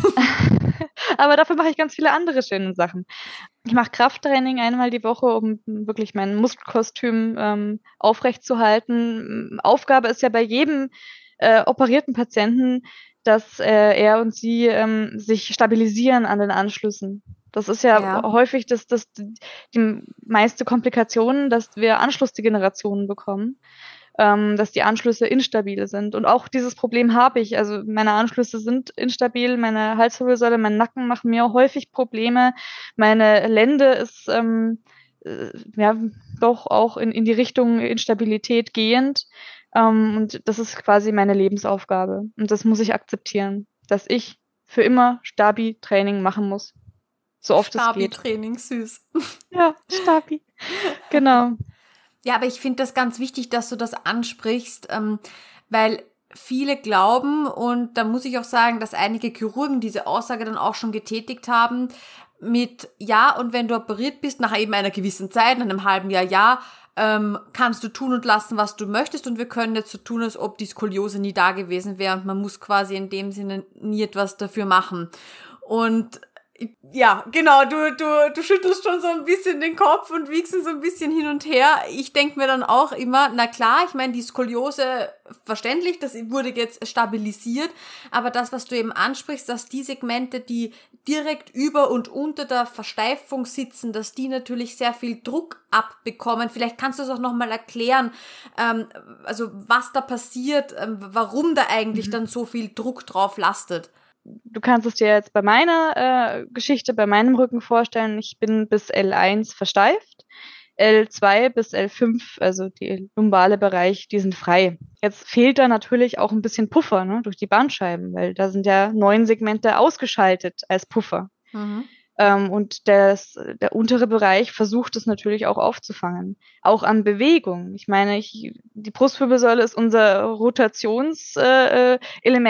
aber dafür mache ich ganz viele andere schöne Sachen. Ich mache Krafttraining einmal die Woche, um wirklich mein Muskelkostüm ähm, aufrechtzuerhalten. Aufgabe ist ja bei jedem äh, operierten Patienten, dass äh, er und sie ähm, sich stabilisieren an den Anschlüssen. Das ist ja, ja. häufig das, das, die meiste Komplikation, dass wir Anschlussdegenerationen bekommen. Ähm, dass die Anschlüsse instabil sind. Und auch dieses Problem habe ich. Also meine Anschlüsse sind instabil, meine Halswirbelsäule, mein Nacken machen mir häufig Probleme. Meine Lende ist ähm, äh, ja doch auch in, in die Richtung Instabilität gehend. Ähm, und das ist quasi meine Lebensaufgabe. Und das muss ich akzeptieren, dass ich für immer Stabi-Training machen muss. So oft es geht. Stabi-Training, süß. Ja, Stabi. Genau. Ja, aber ich finde das ganz wichtig, dass du das ansprichst, ähm, weil viele glauben, und da muss ich auch sagen, dass einige Chirurgen diese Aussage dann auch schon getätigt haben, mit, ja, und wenn du operiert bist, nach eben einer gewissen Zeit, nach einem halben Jahr, ja, ähm, kannst du tun und lassen, was du möchtest, und wir können jetzt so tun, als ob die Skoliose nie da gewesen wäre, und man muss quasi in dem Sinne nie etwas dafür machen. Und Ja, genau, du, du, du schüttelst schon so ein bisschen den Kopf und wiegst ihn so ein bisschen hin und her. Ich denke mir dann auch immer, na klar, ich meine, die Skoliose, verständlich, das wurde jetzt stabilisiert, aber das, was du eben ansprichst, dass die Segmente, die direkt über und unter der Versteifung sitzen, dass die natürlich sehr viel Druck abbekommen. Vielleicht kannst du es auch nochmal erklären, ähm, also was da passiert, ähm, warum da eigentlich mhm. dann so viel Druck drauf lastet. Du kannst es dir jetzt bei meiner äh, Geschichte, bei meinem Rücken vorstellen, ich bin bis L eins versteift, L zwei bis L fünf, also die lumbale Bereich, die sind frei. Jetzt fehlt da natürlich auch ein bisschen Puffer, ne, durch die Bandscheiben, weil da sind ja neun Segmente ausgeschaltet als Puffer. Mhm. Ähm, und das, der untere Bereich versucht es natürlich auch aufzufangen. Auch an Bewegung. Ich meine, ich, die Brustwirbelsäule ist unser Rotationselement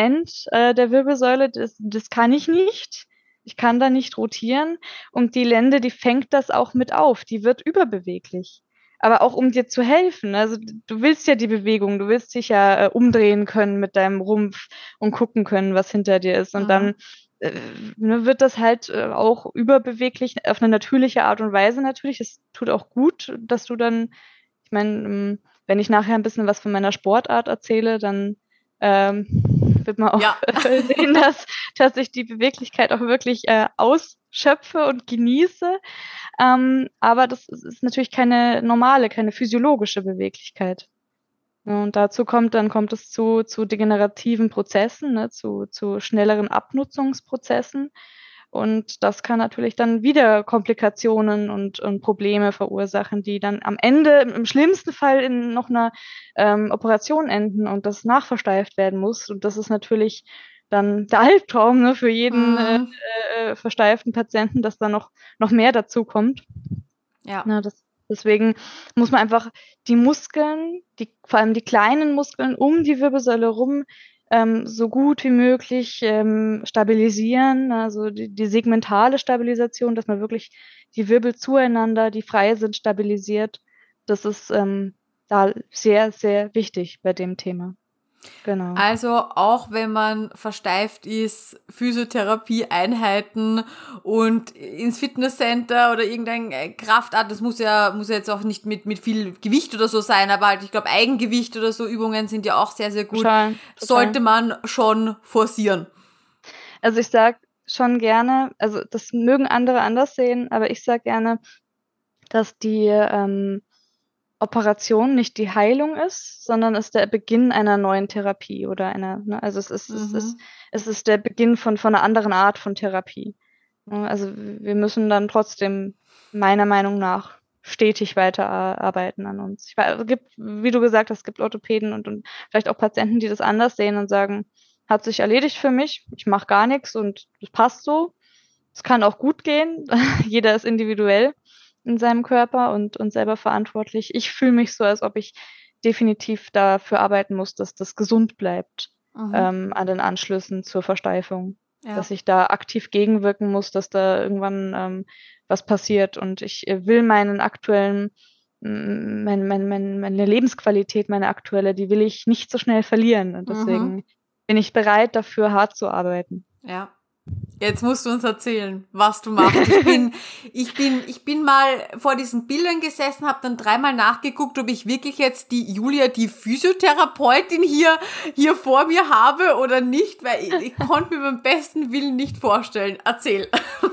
äh, äh, der Wirbelsäule. Das, das kann ich nicht. Ich kann da nicht rotieren. Und die Lende, die fängt das auch mit auf. Die wird überbeweglich. Aber auch um dir zu helfen. Also du willst ja die Bewegung, du willst dich ja äh, umdrehen können mit deinem Rumpf und gucken können, was hinter dir ist. Und mhm. dann äh, wird das halt äh, auch überbeweglich auf eine natürliche Art und Weise natürlich. Es tut auch gut, dass du dann, ich meine, wenn ich nachher ein bisschen was von meiner Sportart erzähle, dann ähm, wird man auch ja. sehen, dass, dass ich die Beweglichkeit auch wirklich äh, ausschöpfe und genieße. Ähm, aber das ist natürlich keine normale, keine physiologische Beweglichkeit. Und dazu kommt, dann kommt es zu, zu degenerativen Prozessen, ne, zu, zu schnelleren Abnutzungsprozessen. Und das kann natürlich dann wieder Komplikationen und, und Probleme verursachen, die dann am Ende im schlimmsten Fall in noch einer ähm, Operation enden und das nachversteift werden muss. Und das ist natürlich dann der Albtraum, ne, für jeden mhm. äh, äh, versteiften Patienten, dass da noch, noch mehr dazu kommt. Ja. Na, das, deswegen muss man einfach die Muskeln, die, vor allem die kleinen Muskeln um die Wirbelsäule rum, ähm, so gut wie möglich ähm, stabilisieren, also die, die segmentale Stabilisation, dass man wirklich die Wirbel zueinander, die frei sind, stabilisiert. Das ist ähm, da sehr, sehr wichtig bei dem Thema. Genau. Also auch wenn man versteift ist, Physiotherapie-Einheiten und ins Fitnesscenter oder irgendein Kraftart, das muss ja muss ja jetzt auch nicht mit mit viel Gewicht oder so sein, aber halt ich glaube Eigengewicht oder so Übungen sind ja auch sehr, sehr gut. Total, total. Sollte man schon forcieren. Also ich sag schon gerne, also das mögen andere anders sehen, aber ich sag gerne, dass die ähm, Operation nicht die Heilung ist, sondern ist der Beginn einer neuen Therapie oder einer, ne, also es ist, mhm. es ist, es ist der Beginn von, von einer anderen Art von Therapie. Also wir müssen dann trotzdem meiner Meinung nach stetig weiterarbeiten an uns. Ich weiß, es gibt, wie du gesagt hast, es gibt Orthopäden und, und vielleicht auch Patienten, die das anders sehen und sagen, hat sich erledigt für mich, ich mache gar nichts und es passt so. Es kann auch gut gehen, jeder ist individuell in seinem Körper und, und selber verantwortlich. Ich fühle mich so, als ob ich definitiv dafür arbeiten muss, dass das gesund bleibt mhm. ähm, an den Anschlüssen zur Versteifung. Ja. Dass ich da aktiv gegenwirken muss, dass da irgendwann ähm, was passiert. Und ich äh, will meinen aktuellen, mein, mein, mein, meine Lebensqualität, meine aktuelle, die will ich nicht so schnell verlieren. Und deswegen mhm. bin ich bereit, dafür hart zu arbeiten. Ja. Jetzt musst du uns erzählen, was du machst. Ich bin, ich bin, ich bin mal vor diesen Bildern gesessen, habe dann dreimal nachgeguckt, ob ich wirklich jetzt die Julia, die Physiotherapeutin hier, hier vor mir habe oder nicht, weil ich, ich konnte mir beim besten Willen nicht vorstellen. Erzähl.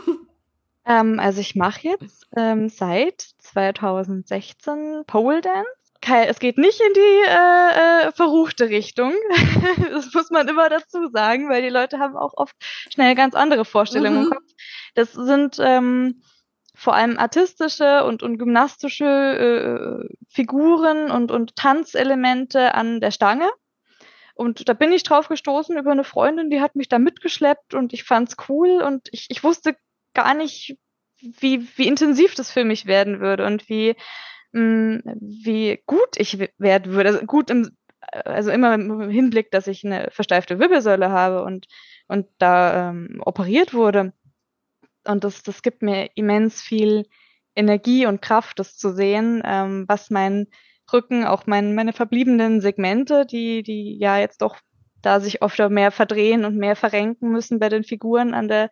Ähm, also ich mache jetzt ähm, seit zwanzig sechzehn Pole Dance. Es geht nicht in die äh, äh, verruchte Richtung. Das muss man immer dazu sagen, weil die Leute haben auch oft schnell ganz andere Vorstellungen mhm. im Kopf. Das sind ähm, vor allem artistische und, und gymnastische äh, Figuren und, und Tanzelemente an der Stange. Und da bin ich drauf gestoßen über eine Freundin, die hat mich da mitgeschleppt und ich fand's cool und ich, ich wusste gar nicht, wie, wie intensiv das für mich werden würde und wie wie gut ich werden würde. Also gut im, also immer im Hinblick, dass ich eine versteifte Wirbelsäule habe und, und da ähm, operiert wurde. Und das, das gibt mir immens viel Energie und Kraft, das zu sehen, ähm, was mein Rücken, auch mein, meine verbliebenen Segmente, die, die ja jetzt doch da sich oft mehr verdrehen und mehr verrenken müssen bei den Figuren an der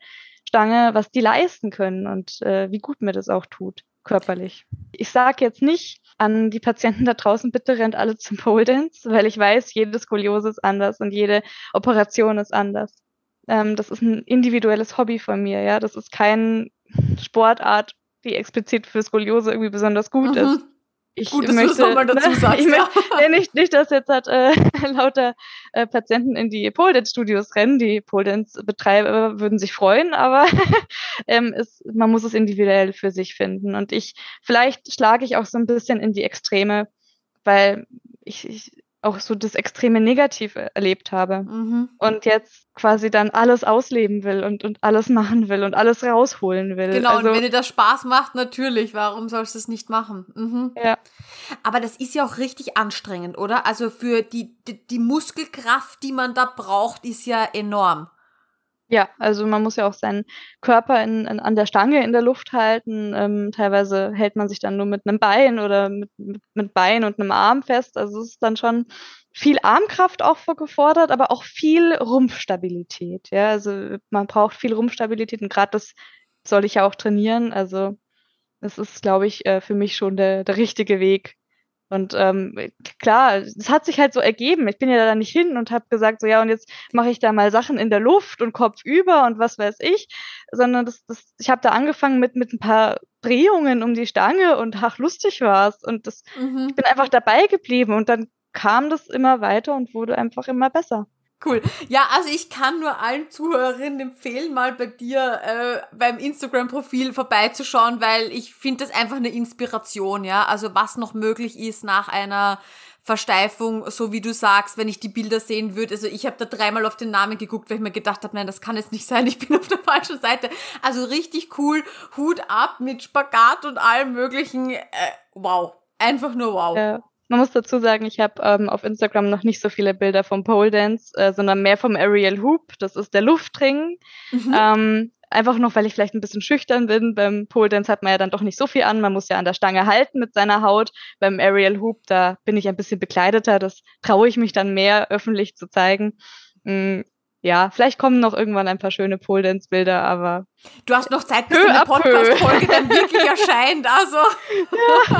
Stange, was die leisten können und äh, wie gut mir das auch tut, körperlich. Ich sage jetzt nicht an die Patienten da draußen, bitte rennt alle zum Pole Dance, weil ich weiß, jede Skoliose ist anders und jede Operation ist anders. Ähm, das ist ein individuelles Hobby von mir, ja. Das ist keine Sportart, die explizit für Skoliose irgendwie besonders gut Mhm. ist. Ich Gut, dass möchte, du das nochmal dazu ne, sagst, ich ja. möchte, nee, nicht, nicht, dass jetzt halt, äh, lauter äh, Patienten in die Pole Dance Studios rennen. Die Pole Dance Betreiber würden sich freuen, aber ähm, es, man muss es individuell für sich finden. Und ich, vielleicht schlage ich auch so ein bisschen in die Extreme, weil ich, ich auch so das extreme Negative erlebt habe. Mhm. Und jetzt quasi dann alles ausleben will und, und alles machen will und alles rausholen will. Genau, also, und wenn dir das Spaß macht, natürlich, warum sollst du es nicht machen? Mhm. ja. Aber das ist ja auch richtig anstrengend, oder? Also für die, die, die Muskelkraft, die man da braucht, ist ja enorm. Ja, also man muss ja auch seinen Körper in, in, an der Stange in der Luft halten. Ähm, teilweise hält man sich dann nur mit einem Bein oder mit, mit, mit Bein und einem Arm fest. Also es ist dann schon viel Armkraft auch gefordert, aber auch viel Rumpfstabilität. Ja, also man braucht viel Rumpfstabilität und gerade das soll ich ja auch trainieren. Also das ist, glaube ich, äh, für mich schon der, der richtige Weg. Und ähm, klar, es hat sich halt so ergeben. Ich bin ja da nicht hin und habe gesagt, so ja, und jetzt mache ich da mal Sachen in der Luft und Kopf über und was weiß ich, sondern das, das, ich habe da angefangen mit mit ein paar Drehungen um die Stange und ach, lustig war's. Und das, Mhm. ich bin einfach dabei geblieben und dann kam das immer weiter und wurde einfach immer besser. Cool. Ja, also ich kann nur allen Zuhörerinnen empfehlen, mal bei dir äh, beim Instagram-Profil vorbeizuschauen, weil ich finde das einfach eine Inspiration, ja. Also was noch möglich ist nach einer Versteifung, so wie du sagst, wenn ich die Bilder sehen würde. Also ich habe da dreimal auf den Namen geguckt, weil ich mir gedacht habe, nein, das kann jetzt nicht sein, ich bin auf der falschen Seite. Also richtig cool, Hut ab mit Spagat und allem möglichen. Äh, wow, einfach nur wow. Ja. Man muss dazu sagen, ich habe ähm, auf Instagram noch nicht so viele Bilder vom Pole Dance, äh, sondern mehr vom Aerial Hoop. Das ist der Luftring. Mhm. Ähm, einfach noch, weil ich vielleicht ein bisschen schüchtern bin. Beim Pole Dance hat man ja dann doch nicht so viel an. Man muss ja an der Stange halten mit seiner Haut. Beim Aerial Hoop, da bin ich ein bisschen bekleideter. Das traue ich mich dann mehr öffentlich zu zeigen. Mm, ja, vielleicht kommen noch irgendwann ein paar schöne Pole Dance Bilder, aber du hast noch Zeit, bis peu deine à peu. Podcast-Folge dann wirklich erscheint. Also ja.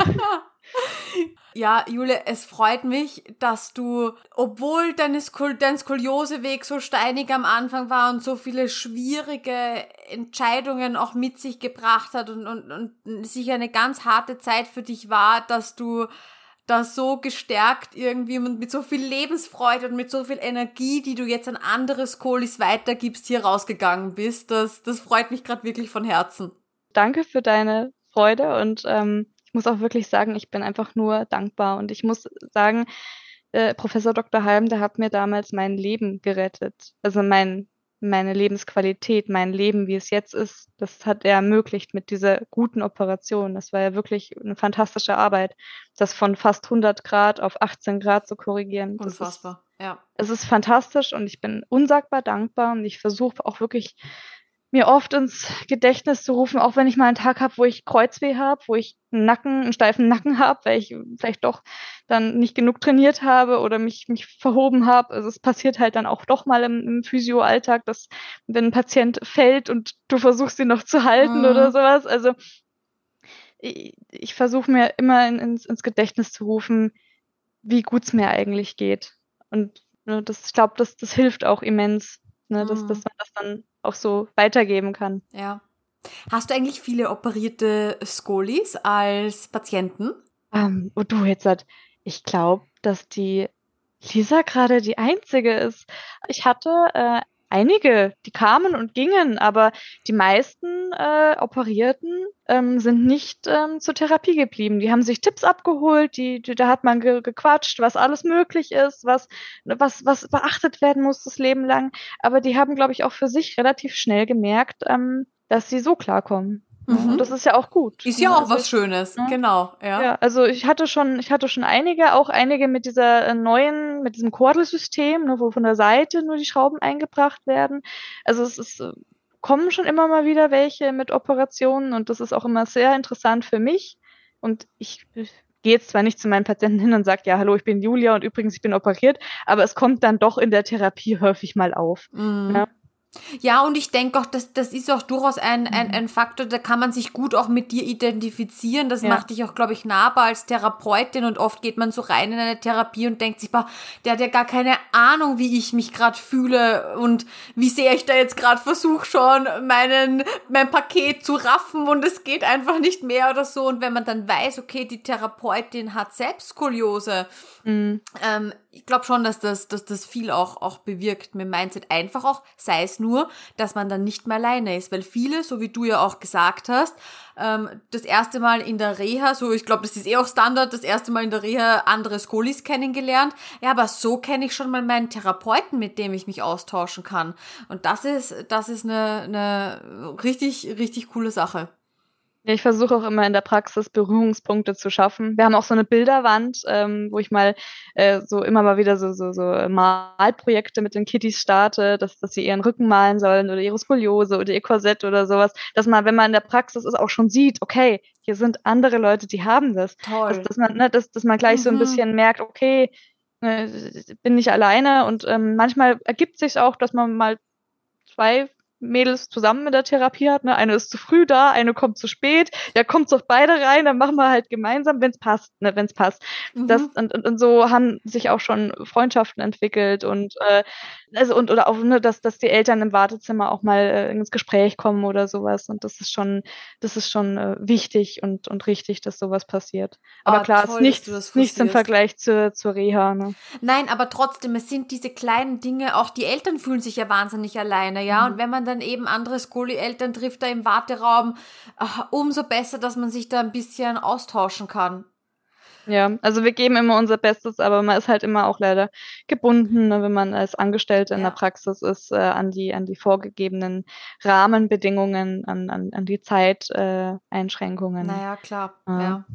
Ja, Jule, es freut mich, dass du, obwohl deine Skol- dein Skolioseweg so steinig am Anfang war und so viele schwierige Entscheidungen auch mit sich gebracht hat und, und, und sicher eine ganz harte Zeit für dich war, dass du da so gestärkt irgendwie und mit so viel Lebensfreude und mit so viel Energie, die du jetzt an andere Skolis weitergibst, hier rausgegangen bist. Das, das freut mich gerade wirklich von Herzen. Danke für deine Freude und ähm, ich muss auch wirklich sagen, ich bin einfach nur dankbar und ich muss sagen, äh, Professor Doktor Halm, der hat mir damals mein Leben gerettet. Also mein, meine Lebensqualität, mein Leben, wie es jetzt ist, das hat er ermöglicht mit dieser guten Operation. Das war ja wirklich eine fantastische Arbeit, das von fast hundert Grad auf achtzehn Grad zu korrigieren. Das Unfassbar, ist, ja. es ist fantastisch und ich bin unsagbar dankbar und ich versuche auch wirklich mir oft ins Gedächtnis zu rufen, auch wenn ich mal einen Tag habe, wo ich Kreuzweh habe, wo ich einen Nacken, einen steifen Nacken habe, weil ich vielleicht doch dann nicht genug trainiert habe oder mich, mich verhoben habe. Also es passiert halt dann auch doch mal im, im Physio-Alltag, dass wenn ein Patient fällt und du versuchst ihn noch zu halten Mhm. oder sowas. Also ich, ich versuche mir immer in, ins, ins Gedächtnis zu rufen, wie gut es mir eigentlich geht. Und ne, das, ich glaube, das, das hilft auch immens, ne, dass, Mhm. dass man das dann auch so weitergeben kann. Ja. Hast du eigentlich viele operierte Skolis als Patienten? Ähm, und du jetzt halt, ich glaube, dass die Lisa gerade die einzige ist. Ich hatte äh, einige, die kamen und gingen, aber die meisten äh, Operierten ähm, sind nicht ähm, zur Therapie geblieben. Die haben sich Tipps abgeholt, die, die da hat man ge gequatscht, was alles möglich ist, was, was, was beachtet werden muss das Leben lang. Aber die haben, glaube ich, auch für sich relativ schnell gemerkt, ähm, dass sie so klarkommen. Ne? Mhm. Und das ist ja auch gut. Ist ne? ja auch Also was ich, Schönes, ne? genau, ja. Ja, also ich hatte schon, ich hatte schon einige, auch einige mit dieser äh, neuen, mit diesem Kordelsystem, ne, wo von der Seite nur die Schrauben eingebracht werden. Also es ist, äh, kommen schon immer mal wieder welche mit Operationen und das ist auch immer sehr interessant für mich. Und ich, ich gehe jetzt zwar nicht zu meinen Patienten hin und sage, ja, hallo, ich bin Julia und übrigens, ich bin operiert, aber es kommt dann doch in der Therapie häufig mal auf. Mhm. Ne? Ja, und ich denke auch, dass das ist auch durchaus ein, ein, ein Faktor, da kann man sich gut auch mit dir identifizieren. Das Ja. macht dich auch, glaube ich, nahbar als Therapeutin, und oft geht man so rein in eine Therapie und denkt sich, boah, der hat ja gar keine Ahnung, wie ich mich gerade fühle und wie sehr ich da jetzt gerade versuche schon meinen, mein Paket zu raffen und es geht einfach nicht mehr oder so. Und wenn man dann weiß, okay, die Therapeutin hat selbst Skoliose, Mhm. ähm, ich glaube schon, dass das, dass das viel auch, auch bewirkt mit dem Mindset. Einfach auch, sei es nur, dass man dann nicht mehr alleine ist. Weil viele, so wie du ja auch gesagt hast, ähm, das erste Mal in der Reha, so ich glaube, das ist eh auch Standard, das erste Mal in der Reha andere Skolis kennengelernt. Ja, aber so kenne ich schon mal meinen Therapeuten, mit dem ich mich austauschen kann. Und das ist, das ist eine, eine richtig, richtig coole Sache. Ja, ich versuche auch immer in der Praxis Berührungspunkte zu schaffen. Wir haben auch so eine Bilderwand, ähm, wo ich mal äh, so immer mal wieder so, so, so Malprojekte mit den Kiddies starte, dass, dass sie ihren Rücken malen sollen oder ihre Skoliose oder ihr Korsett oder sowas, dass man, wenn man in der Praxis ist, auch schon sieht, okay, hier sind andere Leute, die haben das. Dass, Toll. dass man, ne, dass, dass man gleich so ein Mhm. bisschen merkt, okay, äh, bin nicht alleine, und ähm, manchmal ergibt sich auch, dass man mal zwei Mädels zusammen in der Therapie hat. Ne? Eine ist zu früh da, eine kommt zu spät. Ja, kommt doch beide rein, dann machen wir halt gemeinsam, wenn es passt. Ne? Wenn es passt. Das, Mhm. und, und, und so haben sich auch schon Freundschaften entwickelt, und äh, also und oder auch, ne, dass, dass die Eltern im Wartezimmer auch mal äh, ins Gespräch kommen oder sowas. Und das ist schon, das ist schon äh, wichtig und, und richtig, dass sowas passiert. Aber Ah, klar, es ist toll, dass du das nichts, nichts im forcierst. Vergleich zur, zur Reha. Ne? Nein, aber trotzdem, es sind diese kleinen Dinge, auch die Eltern fühlen sich ja wahnsinnig alleine, ja. Und Mhm. wenn man dann eben andere Skoli-Eltern trifft da im Warteraum, ah, umso besser, dass man sich da ein bisschen austauschen kann. Ja, also wir geben immer unser Bestes, aber man ist halt immer auch leider gebunden, ne, wenn man als Angestellte in der Ja, Praxis ist, äh, an die, an die vorgegebenen Rahmenbedingungen, an, an, an die Zeiteinschränkungen. Äh, Einschränkungen. naja, klar, Ja. ja.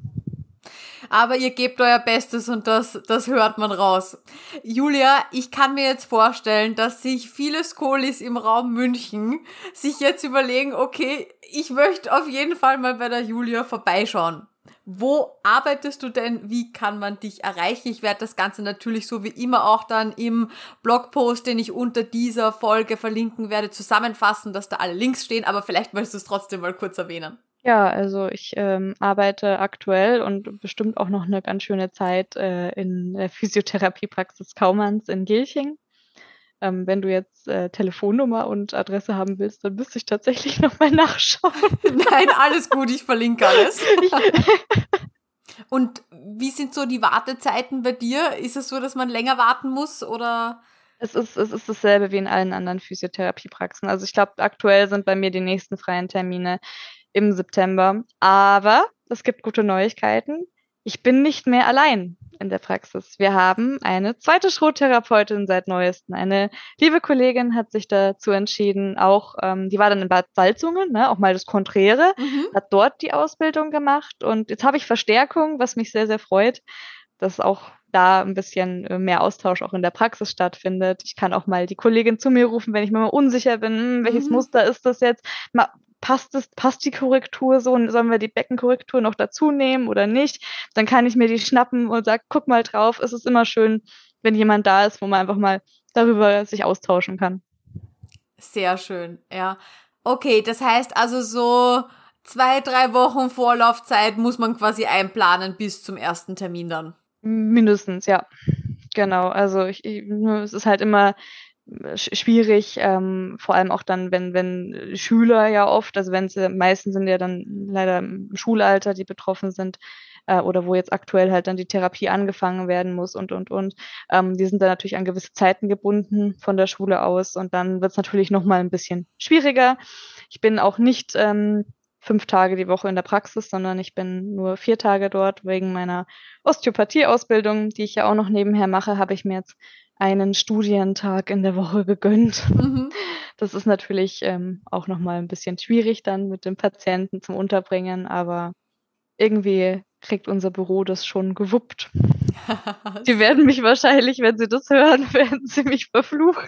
Aber ihr gebt euer Bestes und das, das hört man raus. Julia, ich kann mir jetzt vorstellen, dass sich viele Skolis im Raum München sich jetzt überlegen, okay, ich möchte auf jeden Fall mal bei der Julia vorbeischauen. Wo arbeitest du denn? Wie kann man dich erreichen? Ich werde das Ganze natürlich so wie immer auch dann im Blogpost, den ich unter dieser Folge verlinken werde, zusammenfassen, dass da alle Links stehen, aber vielleicht möchtest du es trotzdem mal kurz erwähnen. Ja, also ich ähm, arbeite aktuell und bestimmt auch noch eine ganz schöne Zeit äh, in der Physiotherapiepraxis Kaumanns in Gilching. Ähm, wenn du jetzt äh, Telefonnummer und Adresse haben willst, dann müsste ich tatsächlich noch mal nachschauen. Nein, alles gut, ich verlinke alles. Ich, Und wie sind so die Wartezeiten bei dir? Ist es so, dass man länger warten muss oder? Es ist, es ist dasselbe wie in allen anderen Physiotherapiepraxen. Also ich glaube, aktuell sind bei mir die nächsten freien Termine im September. Aber es gibt gute Neuigkeiten. Ich bin nicht mehr allein in der Praxis. Wir haben eine zweite Schrottherapeutin seit neuestem. Eine liebe Kollegin hat sich dazu entschieden, auch, ähm, die war dann in Bad Salzungen, ne, auch mal das Konträre, Mhm. hat dort die Ausbildung gemacht. Und jetzt habe ich Verstärkung, was mich sehr, sehr freut, dass auch da ein bisschen äh, mehr Austausch auch in der Praxis stattfindet. Ich kann auch mal die Kollegin zu mir rufen, wenn ich mir mal unsicher bin, hm, welches Mhm. Muster ist das jetzt? Mal, passt es, passt die Korrektur so? Sollen wir die Beckenkorrektur noch dazu nehmen oder nicht? Dann kann ich mir die schnappen und sag, guck mal drauf. Es ist immer schön, wenn jemand da ist, wo man einfach mal darüber sich austauschen kann. Sehr schön, ja. Okay, das heißt also so zwei, drei Wochen Vorlaufzeit muss man quasi einplanen bis zum ersten Termin dann. Mindestens, ja. Genau. Also ich, ich, nur es ist halt immer äh, sch- schwierig, ähm, vor allem auch dann, wenn, wenn Schüler ja oft, also wenn sie, meisten sind ja dann leider im Schulalter, die betroffen sind, äh, oder wo jetzt aktuell halt dann die Therapie angefangen werden muss und, und, und. Ähm, die sind dann natürlich an gewisse Zeiten gebunden von der Schule aus, und dann wird es natürlich nochmal ein bisschen schwieriger. Ich bin auch nicht ähm, fünf Tage die Woche in der Praxis, sondern ich bin nur vier Tage dort wegen meiner Osteopathie-Ausbildung, die ich ja auch noch nebenher mache, habe ich mir jetzt einen Studientag in der Woche gegönnt. Mhm. Das ist natürlich ähm, auch nochmal ein bisschen schwierig dann mit dem Patienten zum Unterbringen, aber irgendwie kriegt unser Büro das schon gewuppt. Die werden mich wahrscheinlich, wenn sie das hören, werden sie mich verfluchen.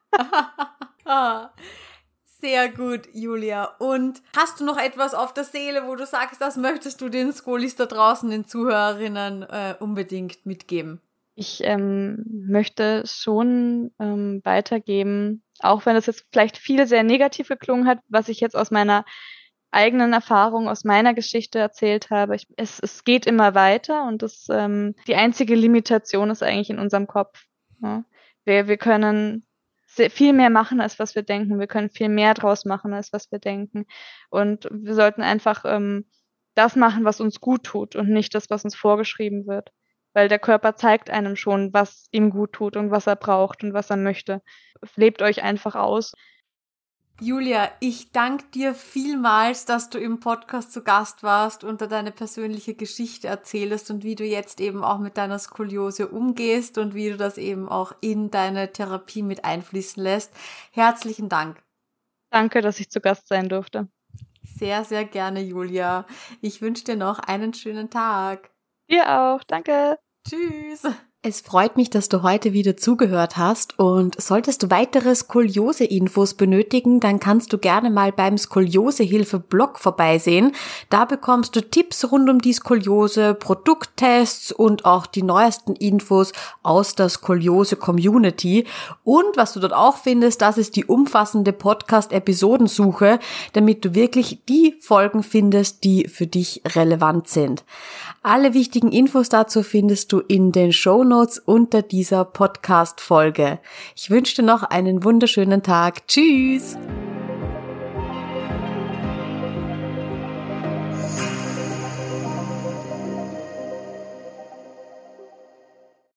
Ah, sehr gut, Julia. Und hast du noch etwas auf der Seele, wo du sagst, das möchtest du den Skolis da draußen, den Zuhörerinnen, äh, unbedingt mitgeben? Ich ähm, möchte schon ähm, weitergeben, auch wenn das jetzt vielleicht viel sehr negativ geklungen hat, was ich jetzt aus meiner eigenen Erfahrung, aus meiner Geschichte erzählt habe. Ich, es, es geht immer weiter und das, ähm, die einzige Limitation ist eigentlich in unserem Kopf. Ne? Wir, wir können sehr, viel mehr machen, als was wir denken. Wir können viel mehr draus machen, als was wir denken. Und wir sollten einfach ähm, das machen, was uns gut tut und nicht das, was uns vorgeschrieben wird. Weil der Körper zeigt einem schon, was ihm gut tut und was er braucht und was er möchte. Lebt euch einfach aus. Julia, ich danke dir vielmals, dass du im Podcast zu Gast warst und da deine persönliche Geschichte erzählst und wie du jetzt eben auch mit deiner Skoliose umgehst und wie du das eben auch in deine Therapie mit einfließen lässt. Herzlichen Dank. Danke, dass ich zu Gast sein durfte. Sehr, sehr gerne, Julia. Ich wünsche dir noch einen schönen Tag. Dir auch. Danke. Tschüss. Es freut mich, dass du heute wieder zugehört hast und solltest du weitere Skoliose-Infos benötigen, dann kannst du gerne mal beim Skoliosehilfe-Blog vorbeisehen. Da bekommst du Tipps rund um die Skoliose, Produkttests und auch die neuesten Infos aus der Skoliose-Community. Und was du dort auch findest, das ist die umfassende Podcast-Episodensuche, damit du wirklich die Folgen findest, die für dich relevant sind. Alle wichtigen Infos dazu findest du in den Shownotes unter dieser Podcast-Folge. Ich wünsche dir noch einen wunderschönen Tag. Tschüss!